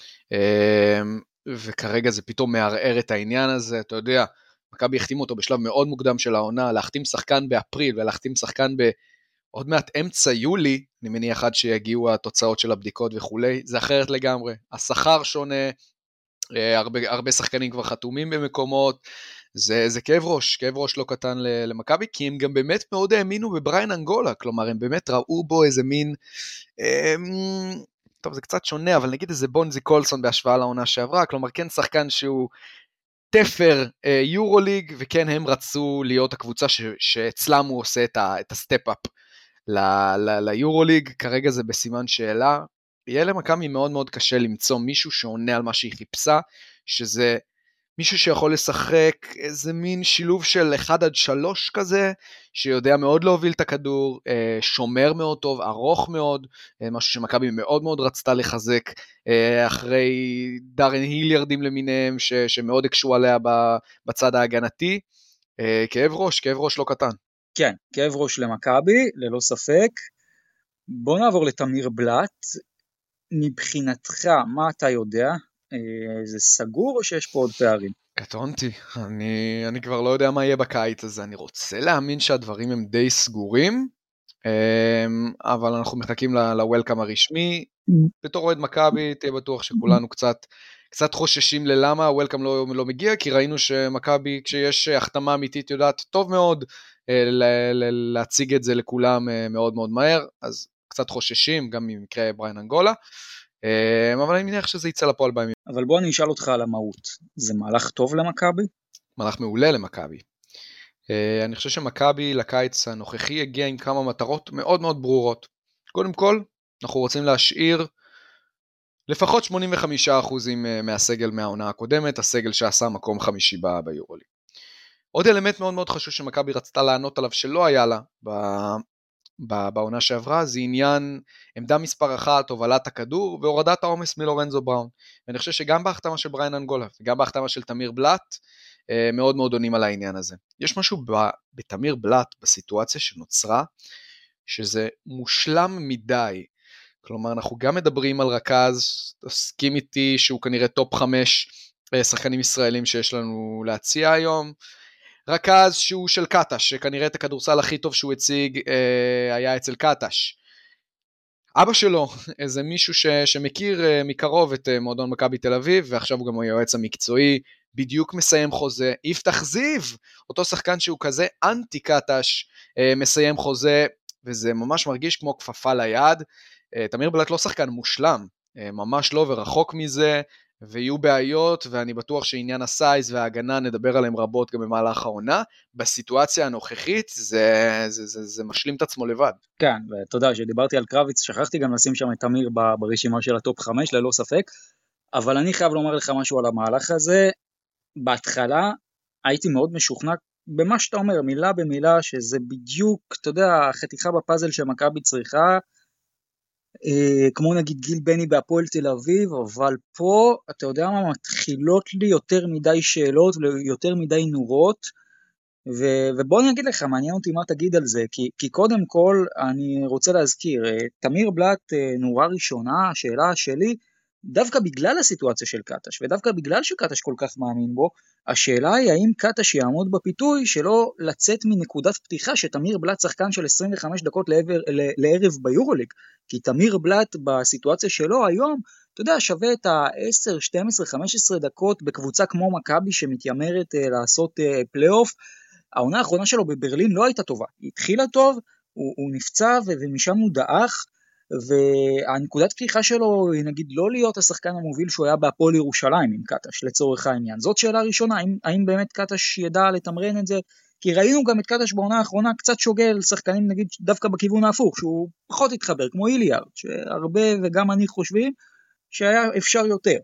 וכרגע זה פתאום מערער את העניין הזה, אתה יודע, מכבי החתימו אותו בשלב מאוד מוקדם של העונה, להחתים שחקן באפריל ולהחתים שחקן ב... עוד מעט אמצע יולי, אני מניח עד שיגיעו התוצאות של הבדיקות וכולי, זה אחרת לגמרי. השכר שונה, הרבה, הרבה שחקנים כבר חתומים במקומות, זה, זה כאב ראש, כאב ראש לא קטן למכבי, כי הם גם באמת מאוד האמינו בבריין אנגולה, כלומר הם באמת ראו בו איזה מין, אה, טוב זה קצת שונה, אבל נגיד איזה בונזי קולסון בהשוואה לעונה שעברה, כלומר כן שחקן שהוא תפר יורוליג, וכן הם רצו להיות הקבוצה ש, שאצלם הוא עושה את, ה, את הסטפ-אפ, ליורוליג, כרגע זה בסימן שאלה, יהיה למכבי מאוד מאוד קשה למצוא מישהו שעונה על מה שהיא חיפשה, שזה מישהו שיכול לשחק איזה מין שילוב של אחד עד שלוש כזה, שיודע מאוד להוביל את הכדור, שומר מאוד טוב, ארוך מאוד, משהו שמכבי מאוד מאוד רצתה לחזק, אחרי דארן היליארדים למיניהם, ש, שמאוד הקשו עליה בצד ההגנתי, כאב ראש, כאב ראש לא קטן. כן, כאב ראש למכבי, ללא ספק. בוא נעבור לתמיר בלט. מבחינתך, מה אתה יודע? זה סגור או שיש פה עוד פערים? קטונתי, אני, אני כבר לא יודע מה יהיה בקיץ הזה. אני רוצה להאמין שהדברים הם די סגורים, אבל אנחנו מחכים לוולקאם הרשמי. בתור אוהד מכבי, תהיה בטוח שכולנו קצת... קצת חוששים ללמה הוולקאם לא, לא מגיע, כי ראינו שמכבי, כשיש החתמה אמיתית, יודעת טוב מאוד להציג את זה לכולם מאוד מאוד מהר, אז קצת חוששים, גם ממקרה בריין אנגולה, אבל אני מניח שזה יצא לפועל בימים. אבל בוא אני אשאל אותך על המהות, זה מהלך טוב למכבי? מהלך מעולה למכבי. אני חושב שמכבי לקיץ הנוכחי הגיע עם כמה מטרות מאוד מאוד ברורות. קודם כל, אנחנו רוצים להשאיר לפחות שמונים וחמישה אחוז מהסגל מהעונה הקודמת, הסגל שעשה מקום חמישי ביורוליג. עוד אלמנט מאוד מאוד חשוב שמכבי רצתה לענות עליו שלא היה לה בעונה שעברה, זה עניין עמדה מספר אחת, הובלת הכדור והורדת העומס מלורנזו בראון. ואני חושב שגם בהחתמה של בריין אנגולה וגם בהחתמה של תמיר בלט, מאוד מאוד עונים על העניין הזה. יש משהו בתמיר בלט בסיטואציה שנוצרה, שזה מושלם מדי. כלומר, אנחנו גם מדברים על רכז, תסכים איתי שהוא כנראה טופ חמש שחקנים ישראלים שיש לנו להציע היום, רכז שהוא של קטש, שכנראה את הכדורסל הכי טוב שהוא הציג היה אצל קטש. אבא שלו, איזה מישהו ש, שמכיר מקרוב את מועדון מכבי תל אביב, ועכשיו הוא גם היועץ המקצועי, בדיוק מסיים חוזה, יפתח זיו, אותו שחקן שהוא כזה אנטי קטש, מסיים חוזה, וזה ממש מרגיש כמו כפפה ליד. תמיר בלט לא שחקן מושלם, ממש לא ורחוק מזה, ויהיו בעיות, ואני בטוח שעניין הסייז וההגנה נדבר עליהם רבות גם במהלך העונה, בסיטואציה הנוכחית זה, זה, זה, זה משלים את עצמו לבד. כן, ותודה, שדיברתי על קרביץ, שכחתי גם לשים שם את תמיר ברשימה של הטופ חמש, ללא ספק, אבל אני חייב לומר לך משהו על המהלך הזה, בהתחלה הייתי מאוד משוכנע, במה שאתה אומר, מילה במילה, שזה בדיוק, אתה יודע, החתיכה בפאזל שמכבי צריכה, כמו נגיד גיל בני בהפועל תל אביב, אבל פה, אתה יודע מה, מתחילות לי יותר מדי שאלות, ויותר מדי נורות, ו- ובוא אני אגיד לך, מעניין אותי מה תגיד על זה, כי, כי קודם כל, אני רוצה להזכיר, תמיר בלט, נורה ראשונה, השאלה שלי, דווקא בגלל הסיטואציה של קטש, ודווקא בגלל שקטש כל כך מאמין בו, השאלה היא האם קטש יעמוד בפיתוי שלא לצאת מנקודת פתיחה שתמיר בלאט שחקן של עשרים וחמש דקות לעבר, לערב ביורוליג, כי תמיר בלאט בסיטואציה שלו היום, אתה יודע, שווה את ה-עשר, שתים עשרה, חמש עשרה דקות בקבוצה כמו מכבי שמתיימרת uh, לעשות uh, פלייאוף. העונה האחרונה שלו בברלין לא הייתה טובה, היא התחילה טוב, הוא, הוא נפצע ו- ומשם הוא דאח, והנקודת פתיחה שלו היא נגיד לא להיות השחקן המוביל שהוא היה בהפועל ירושלים עם קטש לצורך העניין. זאת שאלה ראשונה, האם, האם באמת קטש ידע לתמרן את זה, כי ראינו גם את קטש בעונה האחרונה קצת שוגל שחקנים נגיד דווקא בכיוון ההפוך, שהוא פחות התחבר כמו איליארד, שהרבה וגם אני חושבים שהיה אפשר יותר.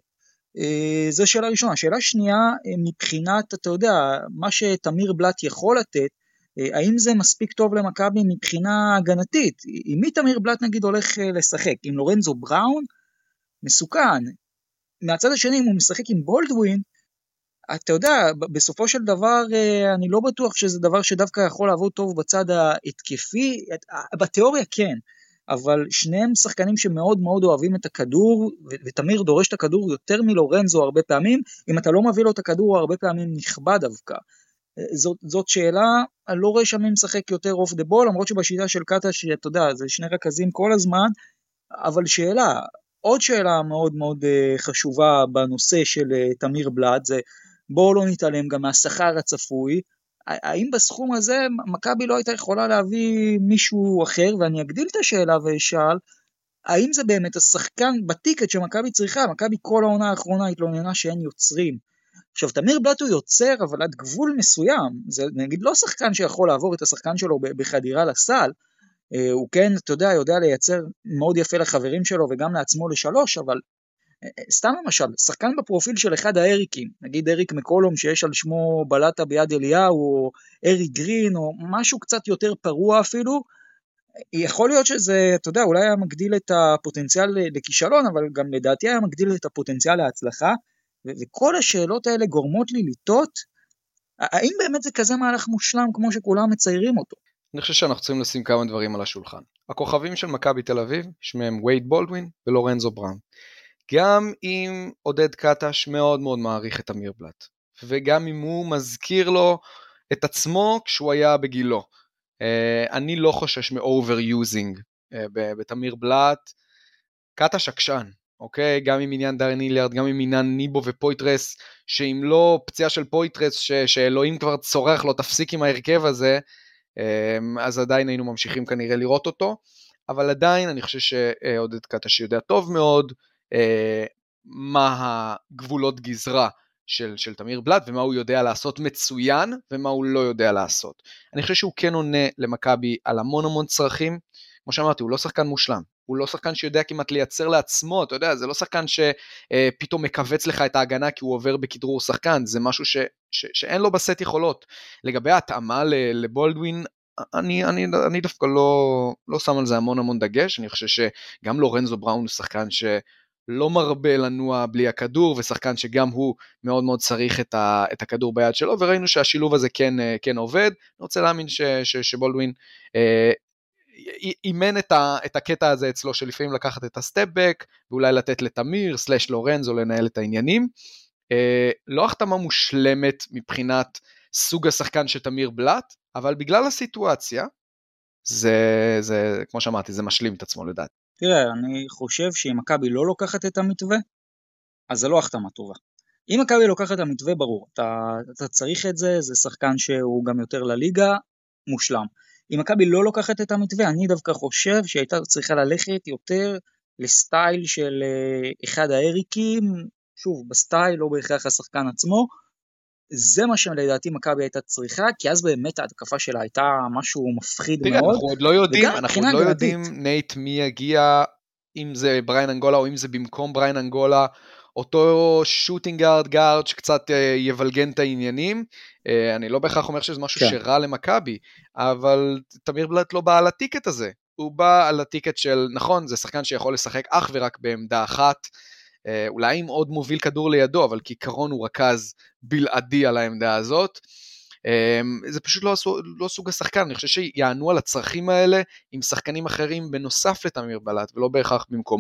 זו שאלה ראשונה. שאלה שנייה, מבחינת, אתה יודע, מה שתמיר בלאט יכול לתת, האם זה מספיק טוב למכבי מבחינה הגנתית? אם מי תמיר בלאט נגיד הולך לשחק? עם לורנזו בראון? מסוכן. מהצד השני, אם הוא משחק עם בולדווין, אתה יודע, בסופו של דבר, אני לא בטוח שזה דבר שדווקא יכול לעבוד טוב בצד ההתקפי, בתיאוריה כן, אבל שניהם שחקנים שמאוד מאוד אוהבים את הכדור, ותמיר דורש את הכדור יותר מלורנזו הרבה פעמים, אם אתה לא מביא לו את הכדור הרבה פעמים נכבד דווקא. זאת, זאת שאלה, אני לא רואה שם אם משחק יותר אוף דה בול, למרות שבשיטה של קטש, אתה יודע, זה שני רכזים כל הזמן, אבל שאלה, עוד שאלה מאוד מאוד חשובה בנושא של תמיר בלאט, זה בואו לא נתעלם גם מהשכר הצפוי, האם בסכום הזה מכבי לא הייתה יכולה להביא מישהו אחר, ואני אגדיל את השאלה ואשאל, האם זה באמת השחקן בטיקט שמכבי צריכה? מכבי כל העונה האחרונה התלוננה שאין יוצרים. עכשיו, תמיר בלאט הוא יוצר, אבל עד גבול מסוים, זה נגיד לא שחקן שיכול לעבור את השחקן שלו בחדירה לסל, הוא כן, אתה יודע, יודע לייצר מאוד יפה לחברים שלו וגם לעצמו לשלוש, אבל סתם למשל, שחקן בפרופיל של אחד האריקים, נגיד אריק מקולום שיש על שמו בלטה ביד אליהו, או אריק גרין, או משהו קצת יותר פרוע אפילו, יכול להיות שזה, אתה יודע, אולי היה מגדיל את הפוטנציאל לכישלון, אבל גם לדעתי היה מגדיל את הפוטנציאל להצלחה, וכל השאלות האלה גורמות לי לטעות, האם באמת זה כזה מהלך מושלם כמו שכולם מציירים אותו? אני חושב שאנחנו צריכים לשים כמה דברים על השולחן. הכוכבים של מכבי תל אביב, שמהם וייד בולדווין ולורנזו בראון. גם אם עודד קטש מאוד מאוד מעריך את תמיר בלאט, וגם אם הוא מזכיר לו את עצמו כשהוא היה בגילו. אני לא חושש מ-overusing בתמיר בלאט, קטש עקשן. אוקיי, גם עם עניין דארן הילארד, גם עם עניין ניבו ופויטרס, שאם לא פציעה של פויטרס, ש- שאלוהים כבר צורח לו, תפסיק עם ההרכב הזה, אז עדיין היינו ממשיכים כנראה לראות אותו, אבל עדיין אני חושב שעודד קטש יודע טוב מאוד, מה הגבולות גזרה של, של תמיר בלאט, ומה הוא יודע לעשות מצוין, ומה הוא לא יודע לעשות. אני חושב שהוא כן עונה למכבי על המון המון צרכים, כמו שאמרתי, הוא לא שחקן מושלם, הוא לא שחקן שיודע כמעט לייצר לעצמו, אתה יודע, זה לא שחקן שפתאום מקווץ לך את ההגנה, כי הוא עובר בכדרור שחקן, זה משהו ש, ש, שאין לו בסט יכולות. לגבי ההתאמה לבולדווין, אני, אני, אני דווקא לא, לא שם על זה המון המון דגש, אני חושב שגם לורנזו בראון הוא שחקן שלא מרבה לנוע בלי הכדור, ושחקן שגם הוא מאוד מאוד צריך את, ה, את הכדור ביד שלו, וראינו שהשילוב הזה כן, כן עובד. אני רוצה להאמין ש, ש, שבולדווין אה, אימן את, ה, את הקטע הזה אצלו, שלפעמים לקחת את הסטפ-בק, ואולי לתת לתמיר, סלש לורנזו, לנהל את העניינים. אה, לא החתמה מושלמת מבחינת סוג השחקן של תמיר בלאט, אבל בגלל הסיטואציה, זה, זה, כמו שאמרתי, זה משלים את עצמו לדעת. תראה, אני חושב שאם מכבי לא לוקחת את המתווה, אז זה לא החתמה טובה. אם מכבי לוקחת את המתווה, ברור, אתה, אתה צריך את זה, זה שחקן שהוא גם יותר לליגה, מושלם. אם מכבי לא לוקחת את המתווה, אני דווקא חושב שהייתה צריכה ללכת יותר לסטייל של אחד האריקים, שוב, בסטייל, לא בהכרח השחקן עצמו, זה מה שלדעתי מכבי הייתה צריכה, כי אז באמת ההתקפה שלה הייתה משהו מפחיד תראה, מאוד. אנחנו עוד לא יודעים, אנחנו עוד לא יודעים, נייט, מי יגיע, אם זה בריין אנגולה, או אם זה במקום בריין אנגולה, אותו שוטינג גארד גארד, שקצת יבלגן את העניינים, אני לא בהכרח אומר שזה משהו כן. שרע למכבי, אבל תמיר בלאט לא בא על הטיקט הזה, הוא בא על הטיקט של, נכון, זה שחקן שיכול לשחק אך ורק בעמדה אחת, אולי עם עוד מוביל כדור לידו, אבל כעיקרון הוא רכז בלעדי על העמדה הזאת, זה פשוט לא, לא סוג השחקן, אני חושב שיענו על הצרכים האלה עם שחקנים אחרים בנוסף לתמיר בלאט, ולא בהכרח במקומו.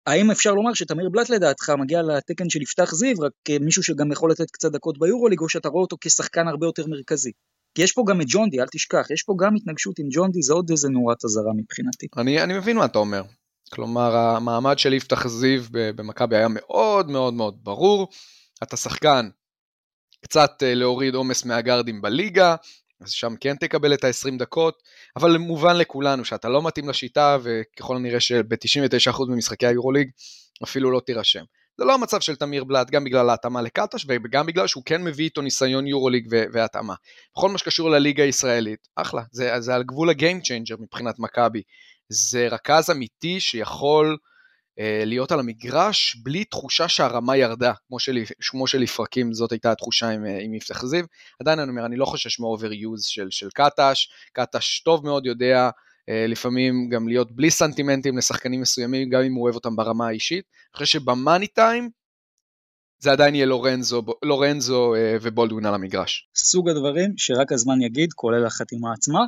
האם אפשר לומר שתמיר בלאט לדעתך מגיע לתקן של יפתח זיו, רק מישהו שגם יכול לתת קצת דקות ביורוליג, או שאתה רואה אותו כשחקן הרבה יותר מרכזי? כי יש פה גם את ג'ונדי, אל תשכח, יש פה גם התנגשות עם ג'ונדי, זה עוד איזה נורת הזרה מבחינתי. אני, אני מבין מה אתה אומר. כלומר, המעמד של יפתח זיו במכבי היה מאוד מאוד מאוד ברור. אתה שחקן קצת להוריד עומס מהגארדים בליגה, אז שם כן תקבל את ה-עשרים דקות, אבל מובן לכולנו שאתה לא מתאים לשיטה, וככל הנראה שב-תשעים ותשעה אחוז ממשחקי היורוליג אפילו לא תירשם. זה לא המצב של תמיר בלאט, גם בגלל ההתאמה לקטש, וגם בגלל שהוא כן מביא איתו ניסיון יורוליג והתאמה. בכל מה שקשור לליגה הישראלית, אחלה, זה, זה על גבול הגיים צ'יינג'ר מבחינת מכבי. זה רכז אמיתי שיכול אה, להיות על המגרש בלי תחושה שהרמה ירדה, כמו של, כמו של לפרקים, זאת הייתה התחושה עם, עם יפתח זיו. עדיין אני אומר, אני לא חושש מאובר-יוז של, של קטש, קטש טוב מאוד יודע, לפעמים גם להיות בלי סנטימנטים לשחקנים מסוימים, גם אם הוא אוהב אותם ברמה האישית, אחרי שבמאני טיים, זה עדיין יהיה לורנזו, לורנזו ובולדווין על המגרש. סוג הדברים שרק הזמן יגיד, כולל החתימה עצמה,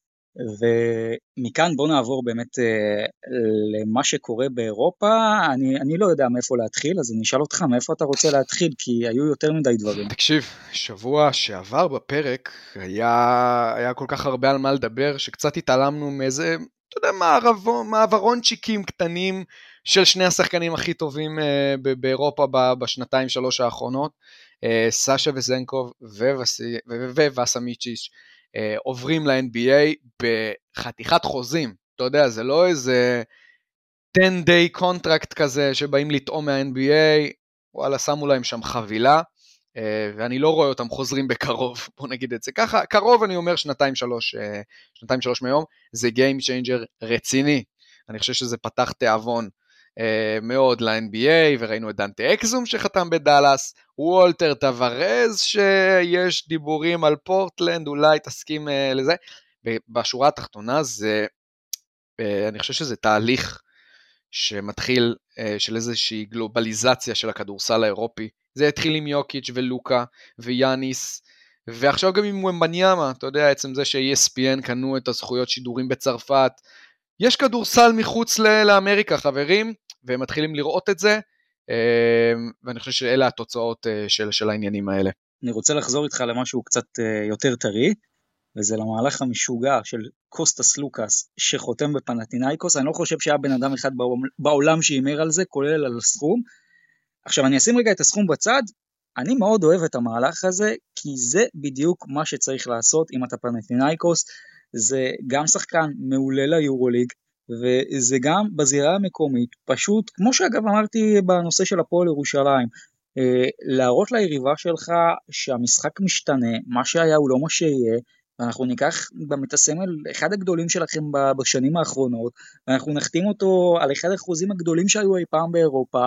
ומכאן בוא נעבור באמת למה שקורה באירופה. אני, אני לא יודע מאיפה להתחיל, אז אני אשאל אותך מאיפה אתה רוצה להתחיל, כי היו יותר מדי דברים. תקשיב, שבוע שעבר בפרק היה, היה כל כך הרבה על מה לדבר, שקצת התעלמנו מאיזה, אתה יודע, מעברונצ'יקים קטנים של שני השחקנים הכי טובים באירופה בשנתיים שלוש האחרונות, סאשה וזנקוב וווסמיצ'יץ' עוברים ל-אן בי איי בחתיכת חוזים, אתה יודע, זה לא איזה עשר day contract כזה שבאים לטעום מה-אן בי איי, וואלה, שמו להם שם חבילה, ואני לא רואה אותם חוזרים בקרוב, בוא נגיד את זה ככה, קרוב אני אומר שנתיים שלוש, שנתיים שלוש מיום, זה game changer רציני, אני חושב שזה פתח תיאבון מאוד ל-אן בי איי, וראינו את דנטה אקזום שחתם בדלס, וולטר טוורז שיש דיבורים על פורטלנד, אולי תסכים לזה, בשורה התחתונה זה, אני חושב שזה תהליך שמתחיל של איזושהי גלובליזציה של הכדורסל האירופי, זה התחיל עם יוקיץ' ולוקה ויאניס, ועכשיו גם עם ומבניאמה, אתה יודע, עצם זה ש-אי אס פי אן קנו את הזכויות שידורים בצרפת, יש כדורסל מחוץ לאמריקה, חברים, והם מתחילים לראות את זה, ואני חושב שאלה התוצאות של, של העניינים האלה. אני רוצה לחזור איתך למשהו קצת יותר טרי, וזה למהלך המשוגע של קוסטס לוקאס, שחותם בפנתינייקוס. אני לא חושב שהיה בן אדם אחד בעולם שימר על זה, כולל על הסכום. עכשיו אני אשים רגע את הסכום בצד, אני מאוד אוהב את המהלך הזה, כי זה בדיוק מה שצריך לעשות אם אתה פנתינייקוס, זה גם שחקן מעולה ליורוליג, וזה גם בזירה המקומית, פשוט, כמו שאגב אמרתי בנושא של הפועל ירושלים, להראות ליריבה שלך שהמשחק משתנה, מה שהיה הוא לא מה שיהיה, ואנחנו ניקח באמת הסמל אחד הגדולים שלכם בשנים האחרונות, ואנחנו נחתים אותו על אחד האחוזים הגדולים שהיו אי פעם באירופה,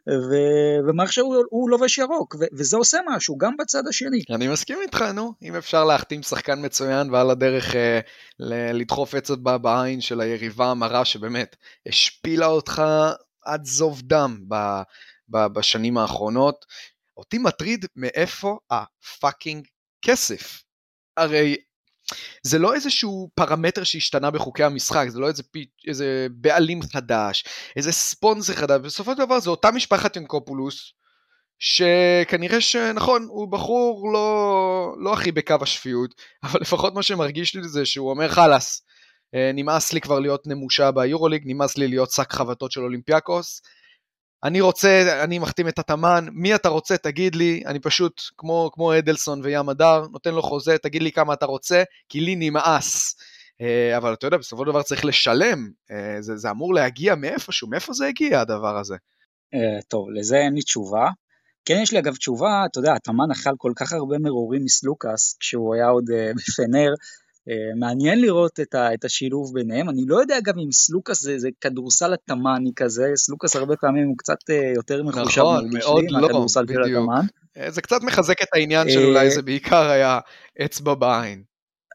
ו- ומעכשיו הוא, הוא לובש ירוק, ו- וזה עושה משהו, גם בצד השני. אני מסכים איתך, נו, אם אפשר להחתים שחקן מצוין, ועל הדרך אה, ל- לדחוף עצת בעין של היריבה המרה, שבאמת השפילה אותך עד זוב דם ב- ב- בשנים האחרונות, אותי מטריד מאיפה הפאקינג כסף. הרי זה לא איזשהו פרמטר שהשתנה בחוקי המשחק, זה לא איזה, איזה בעלים חדש, איזה ספונסר חדש, בסופו של דבר זה אותה משפחת ינקופולוס, שכנראה שנכון, הוא בחור לא, לא הכי בקו השפיות, אבל לפחות מה שמרגיש לי זה שהוא אומר חלס, נמאס לי כבר להיות נמושה ביורוליג, נמאס לי להיות שק חבטות של אולימפיאקוס, אני רוצה, אני מחתים את התאמן, מי אתה רוצה, תגיד לי, אני פשוט, כמו, כמו אדלסון וים הדר, נותן לו חוזה, תגיד לי כמה אתה רוצה, כי לי נמאס. אבל אתה יודע, בסופו של דבר צריך לשלם, זה, זה אמור להגיע מאיפשהו, מאיפה זה הגיע הדבר הזה? טוב, לזה אין לי תשובה. כן, יש לי אגב תשובה, אתה יודע, התאמן אכל כל כך הרבה מרורים מסלוקס, כשהוא היה עוד בפנר, מעניין לראות את, ה, את השילוב ביניהם. אני לא יודע גם אם סלוקס זה, זה כדורסל התמני כזה, סלוקס הרבה פעמים הוא קצת יותר מחושב, נכון, מאוד לא, בדיוק. זה קצת מחזק את העניין של אולי זה בעיקר היה אצבע בעין.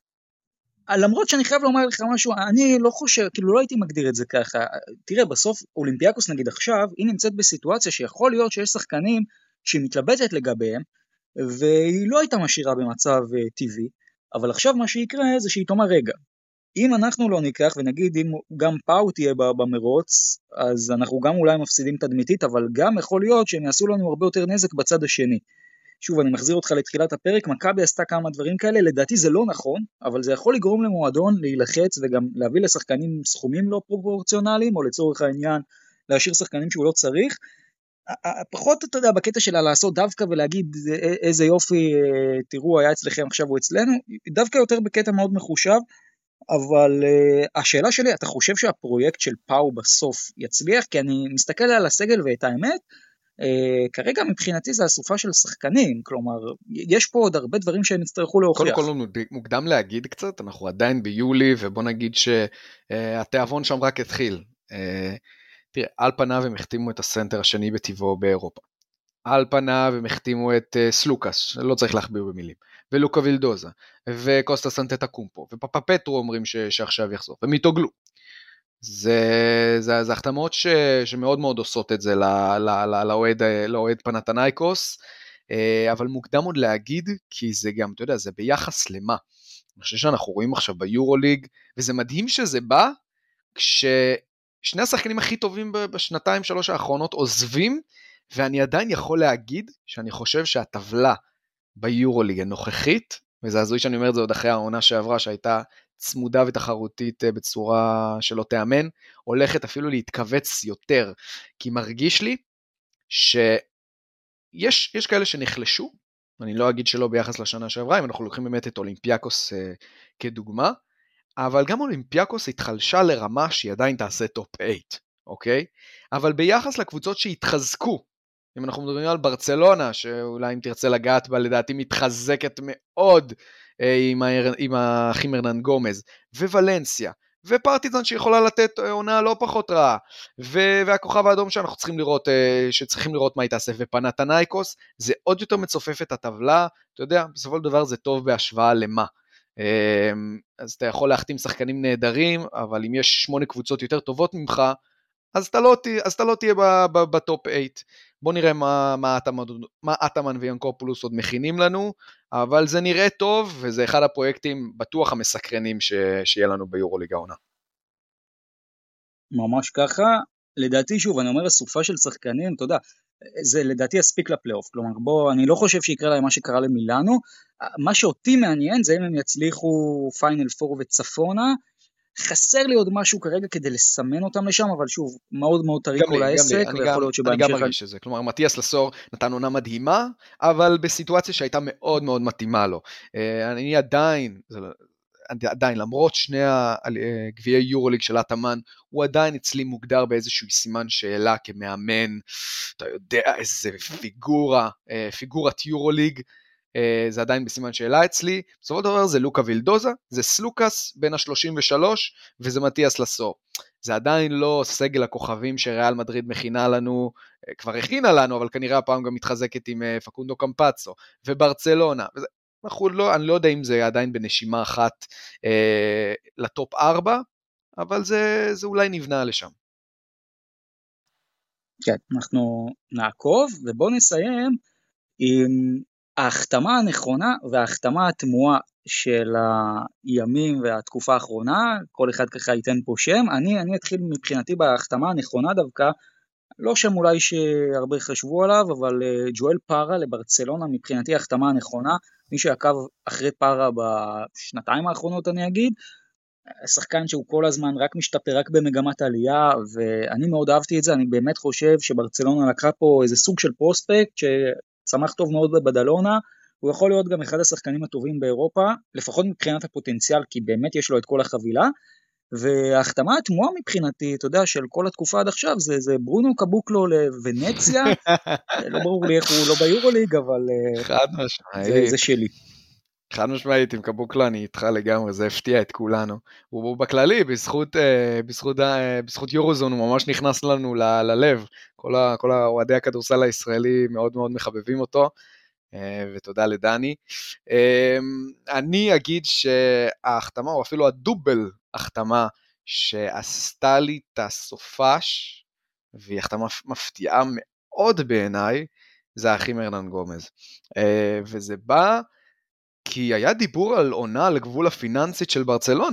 למרות שאני חייב לומר לך משהו, אני לא חושב, כאילו לא הייתי מגדיר את זה ככה. תראה, בסוף אולימפיאקוס נגיד עכשיו, היא נמצאת בסיטואציה שיכול להיות שיש שחקנים שהיא מתלבטת לגביהם, והיא לא הייתה משאירה במצב טבעי, אבל עכשיו מה שיקרה זה שהיא תאמר רגע, אם אנחנו לא ניקח, ונגיד אם גם פאו תהיה במרוץ, אז אנחנו גם אולי מפסידים תדמיתית, אבל גם יכול להיות שהם יעשו לנו הרבה יותר נזק בצד השני. שוב, אני מחזיר אותך לתחילת הפרק, מכבי עשתה כמה דברים כאלה, לדעתי זה לא נכון, אבל זה יכול לגרום למועדון להילחץ, וגם להביא לשחקנים סכומים לא פרופורציונליים, או לצורך העניין, להשאיר שחקנים שהוא לא צריך. פחות, אתה יודע, בקטע שלה לעשות דווקא ולהגיד איזה יופי, תראו, היה אצלכם, עכשיו הוא אצלנו, דווקא יותר בקטע מאוד מחושב, אבל uh, השאלה שלי, אתה חושב שהפרויקט של פאו בסוף יצליח? כי אני מסתכל על הסגל ואת האמת, uh, כרגע מבחינתי זה הסופה של שחקנים, כלומר, יש פה עוד הרבה דברים שהם יצטרכו להוכיח. קודם כל מוקדם להגיד קצת, אנחנו עדיין ביולי, ובוא נגיד שהתיאבון שם רק התחיל. Uh, תראה, על פניו הם החתימו את הסנטר השני בטבעו באירופה. על פניו הם החתימו את uh, סלוקס, לא צריך להכביר במילים, ולוקה וילדוזה, וקוסטה סנטטה קומפו, ופפא פטרו אומרים ש, שעכשיו יחזור, ומיטוגלו. זה, זה, זה החתמות ש, שמאוד מאוד עושות את זה לאוהד פנתנייקוס, אבל מוקדם עוד להגיד, כי זה גם, אתה יודע, זה ביחס למה. אני חושב שאנחנו רואים עכשיו ביורוליג, וזה מדהים שזה בא, כששני השחקנים הכי טובים בשנתיים שלוש האחרונות עוזבים, ואני עדיין יכול להגיד שאני חושב שהטבלה ביורוליג הנוכחית, וזה הזוי שאני אומר את זה עוד אחרי העונה שעברה, שהייתה צמודה ותחרותית בצורה שלא תאמן, הולכת אפילו להתכווץ יותר, כי מרגיש לי שיש יש כאלה שנחלשו, אני לא אגיד שלא ביחס לשנה שעברה, אם אנחנו לוקחים באמת את אולימפיאקוס uh, כדוגמה, אבל גם אולימפיאקוס התחלשה לרמה שהיא עדיין תעשה טופ שמונה, אוקיי? אבל ביחס לקבוצות שהתחזקו, אם אנחנו מדברים על ברצלונה, שאולי אם תרצה לגעת בה, לדעתי מתחזקת מאוד עם, ה... עם האחים הרנן גומז, וולנסיה, ופרטיזן שיכולה לתת עונה לא פחות רעה, ו... והכוכב האדום שאנחנו צריכים לראות, שצריכים לראות מה היא תעשה, ופנתנייקוס, זה עוד יותר מצופף את הטבלה, אתה יודע, בסופו של דבר זה טוב בהשוואה למה. אז אתה יכול להחתים שחקנים נהדרים, אבל אם יש שמונה קבוצות יותר טובות ממך, אז אתה לא, אז אתה לא תהיה בטופ שמונה. בוא נראה מה, מה, אטמן, מה אטמן ויאנקופולוס עוד מכינים לנו, אבל זה נראה טוב, וזה אחד הפרויקטים בטוח המסקרנים ש, שיהיה לנו ביורוליג העונה. ממש ככה, לדעתי שוב, אני אומר הסופה של שחקנים, אתה יודע, זה לדעתי יספיק לפלייאוף, כלומר בוא, אני לא חושב שיקרה להם מה שקרה למילאנו, מה שאותי מעניין זה אם הם יצליחו פיינל פור וצפונה, חסר לי עוד משהו כרגע כדי לסמן אותם לשם, אבל שוב, מאוד מאוד טרי כל העסק, ויכול להיות שבהמשך... אני גם מרגיש את זה, כלומר, מתיאס לסור נתן עונה מדהימה, אבל בסיטואציה שהייתה מאוד מאוד מתאימה לו. אני עדיין, עדיין, למרות שני גביעי יורוליג של אטמן, הוא עדיין אצלי מוגדר באיזשהו סימן שאלה כמאמן, אתה יודע, איזה פיגורה, פיגורת יורוליג, זה עדיין בסימן שאלה אצלי, בסופו של דבר זה לוקה וילדוזה, זה סלוקס בין ה-שלושים ושלוש, וזה מתיאס לסור. זה עדיין לא סגל הכוכבים שריאל מדריד מכינה לנו, כבר הכינה לנו, אבל כנראה הפעם גם מתחזקת עם פקונדו קמפצו, וברצלונה, וזה, אנחנו לא, אני לא יודע אם זה עדיין בנשימה אחת אה, לטופ ארבע, אבל זה, זה אולי נבנה לשם. כן, אנחנו נעקוב, ובואו נסיים עם ההחתמה הנכונה וההחתמה התמוהה של הימים והתקופה האחרונה, כל אחד ככה ייתן פה שם, אני, אני אתחיל מבחינתי בהחתמה הנכונה דווקא, לא שם אולי שהרבה חשבו עליו, אבל ג'ואל פארה לברצלונה מבחינתי ההחתמה הנכונה, מי שעקב אחרי פארה בשנתיים האחרונות אני אגיד, שחקן שהוא כל הזמן רק משתפר, רק במגמת עלייה, ואני מאוד אהבתי את זה, אני באמת חושב שברצלונה לקחה פה איזה סוג של פרוספקט, שצמח טוב מאוד בבדלונה, הוא יכול להיות גם אחד השחקנים הטובים באירופה, לפחות מבחינת הפוטנציאל, כי באמת יש לו את כל החבילה, וההחתמה התמוהה מבחינתי, אתה יודע, של כל התקופה עד עכשיו, זה, זה ברונו קבוקלו לוונציה, לא ברור לי איך הוא לא ביורוליג, אבל זה, זה שלי. חד משמעית, עם קבוקלו אני איתך לגמרי, זה הפתיע את כולנו. הוא בכללי, בזכות, בזכות, בזכות יורוזון, הוא ממש נכנס לנו ל, ללב. כל, ה, כל האוהדי הכדורסל הישראלי מאוד מאוד מחבבים אותו, ותודה לדני. אני אגיד שההחתמה, או אפילו הדובל החתמה, שעשתה לי את הסופש, והיא החתמה מפתיעה מאוד בעיניי, זה האחים הרנן גומז. וזה בא, כי היה דיבור על עונה על גבול הפיננסית של ברצלונה,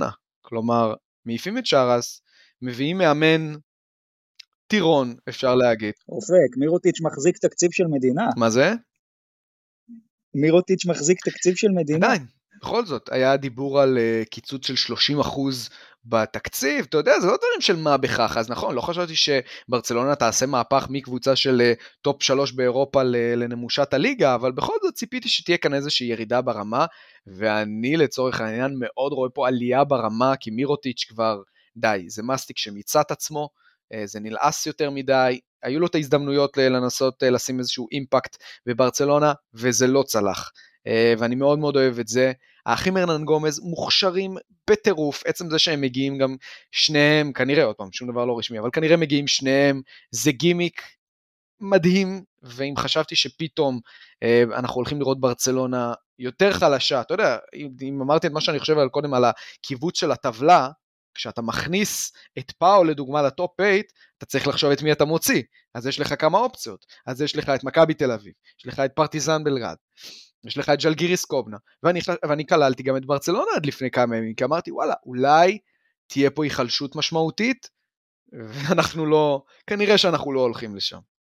כלומר, מעיפים את שרס, מביאים מאמן טירון, אפשר להגיד. אופק, מירוטיץ' מחזיק תקציב של מדינה. מה זה? מירוטיץ' מחזיק תקציב של מדינה. עדיין, בכל זאת, היה דיבור על uh, קיצוץ של שלושים אחוז בתקציב, אתה יודע, זה לא דברים של מה בכך, אז נכון, לא חשבתי שברצלונה תעשה מהפך מקבוצה של uh, טופ שלוש באירופה לנמושת הליגה, אבל בכל זאת ציפיתי שתהיה כאן איזושהי ירידה ברמה, ואני לצורך העניין מאוד רואה פה עלייה ברמה, כי מירוטיץ' כבר די, זה מסטיק שמיצת עצמו, זה נלעס יותר מדי, היו לו את ההזדמנויות לנסות לשים איזשהו אימפקט בברצלונה, וזה לא צלח, ואני מאוד מאוד אוהב את זה. האחים הרנן גומז מוכשרים בטירוף, עצם זה שהם מגיעים גם שניהם, כנראה עוד פעם, שום דבר לא רשמי, אבל כנראה מגיעים שניהם, זה גימיק מדהים, ואם חשבתי שפתאום אנחנו הולכים לראות ברצלונה יותר חלשה, אתה יודע, אם אמרתי את מה שאני חושב על קודם על הקיבוץ של הטבלה, כשאתה מכניס את פאו לדוגמה לטופ שמונה, אתה צריך לחשוב את מי אתה מוציא, אז יש לך כמה אופציות, אז יש לך את מכבי תל אביב, יש לך את פרטיזן בלגרד, יש לך את ז'לגיריס קובנה, ואני, ואני כללתי גם את ברצלונה עד לפני כמה ימים, כי אמרתי וואלה, אולי תהיה פה היחלשות משמעותית, ואנחנו לא, כנראה שאנחנו לא הולכים לשם.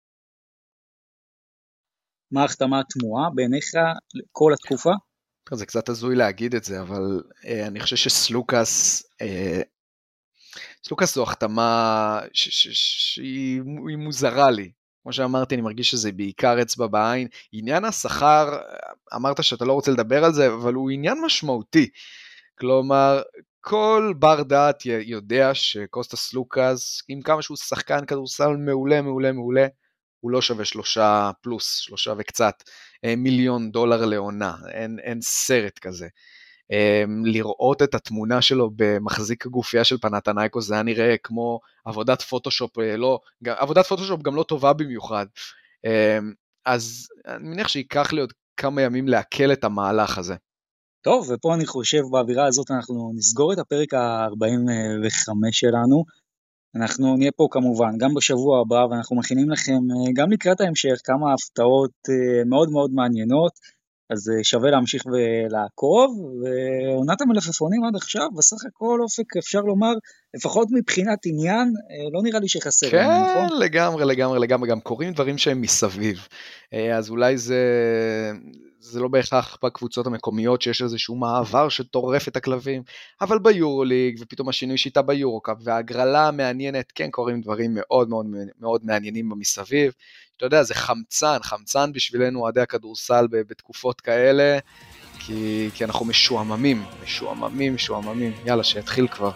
מה ההחתמה התמוהה בעיניך כל התקופה? זה קצת הזוי להגיד את זה, אבל אה, אני חושב שסלוקס, אה, סלוקס זו החתמה שהיא מוזרה לי. כמו שאמרתי, אני מרגיש שזה בעיקר אצבע בעין. עניין השכר, אמרת שאתה לא רוצה לדבר על זה, אבל הוא עניין משמעותי. כלומר, כל בר דעת יודע שקוסטה סלוקס, עם כמה שהוא שחקן כדורסל מעולה, מעולה, מעולה, הוא לא שווה שלושה פלוס, שלושה וקצת מיליון דולר לעונה, אין, אין סרט כזה. לראות את התמונה שלו במחזיק הגופייה של פנתנייקוס, זה היה נראה כמו עבודת פוטושופ, לא, עבודת פוטושופ גם לא טובה במיוחד, אז אני מניח שיקח לי עוד כמה ימים להקל את המהלך הזה. טוב, ופה אני חושב באווירה הזאת אנחנו נסגור את הפרק ה-ארבעים וחמש שלנו, אנחנו נהיה פה כמובן גם בשבוע הבא, ואנחנו מכינים לכם גם לקראת ההמשך כמה הפתעות מאוד מאוד מעניינות, אז שווה להמשיך ולעקוב, ועונת המלפפונים עד עכשיו, בסך הכל אופק אפשר לומר, לפחות מבחינת עניין, לא נראה לי שחסר. כן, נכון? לגמרי, לגמרי, לגמרי, גם קוראים דברים שהם מסביב, אז אולי זה... זה לא בהכרח בקבוצות המקומיות שיש איזשהו מעבר שטורף את הכלבים, אבל ביורוליג, ופתאום השינוי שיטה ביורוקאפ, וההגרלה המעניינת, כן קוראים דברים מאוד מאוד מאוד מעניינים במסביב, אתה יודע, זה חמצן, חמצן בשבילנו אוהדי הכדורסל בתקופות כאלה, כי, כי אנחנו משועממים, משועממים, משועממים, יאללה, שיתחיל כבר.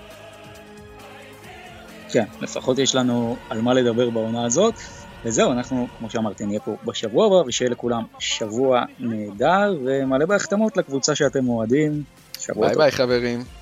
כן, לפחות יש לנו על מה לדבר בעונה הזאת, וזהו, אנחנו, כמו שאמרתי, נהיה פה בשבוע הבא, ושיהיה לכולם שבוע נהדר, ומלא בהחתמות לקבוצה שאתם אוהדים. שבוע ביי טוב. ביי חברים.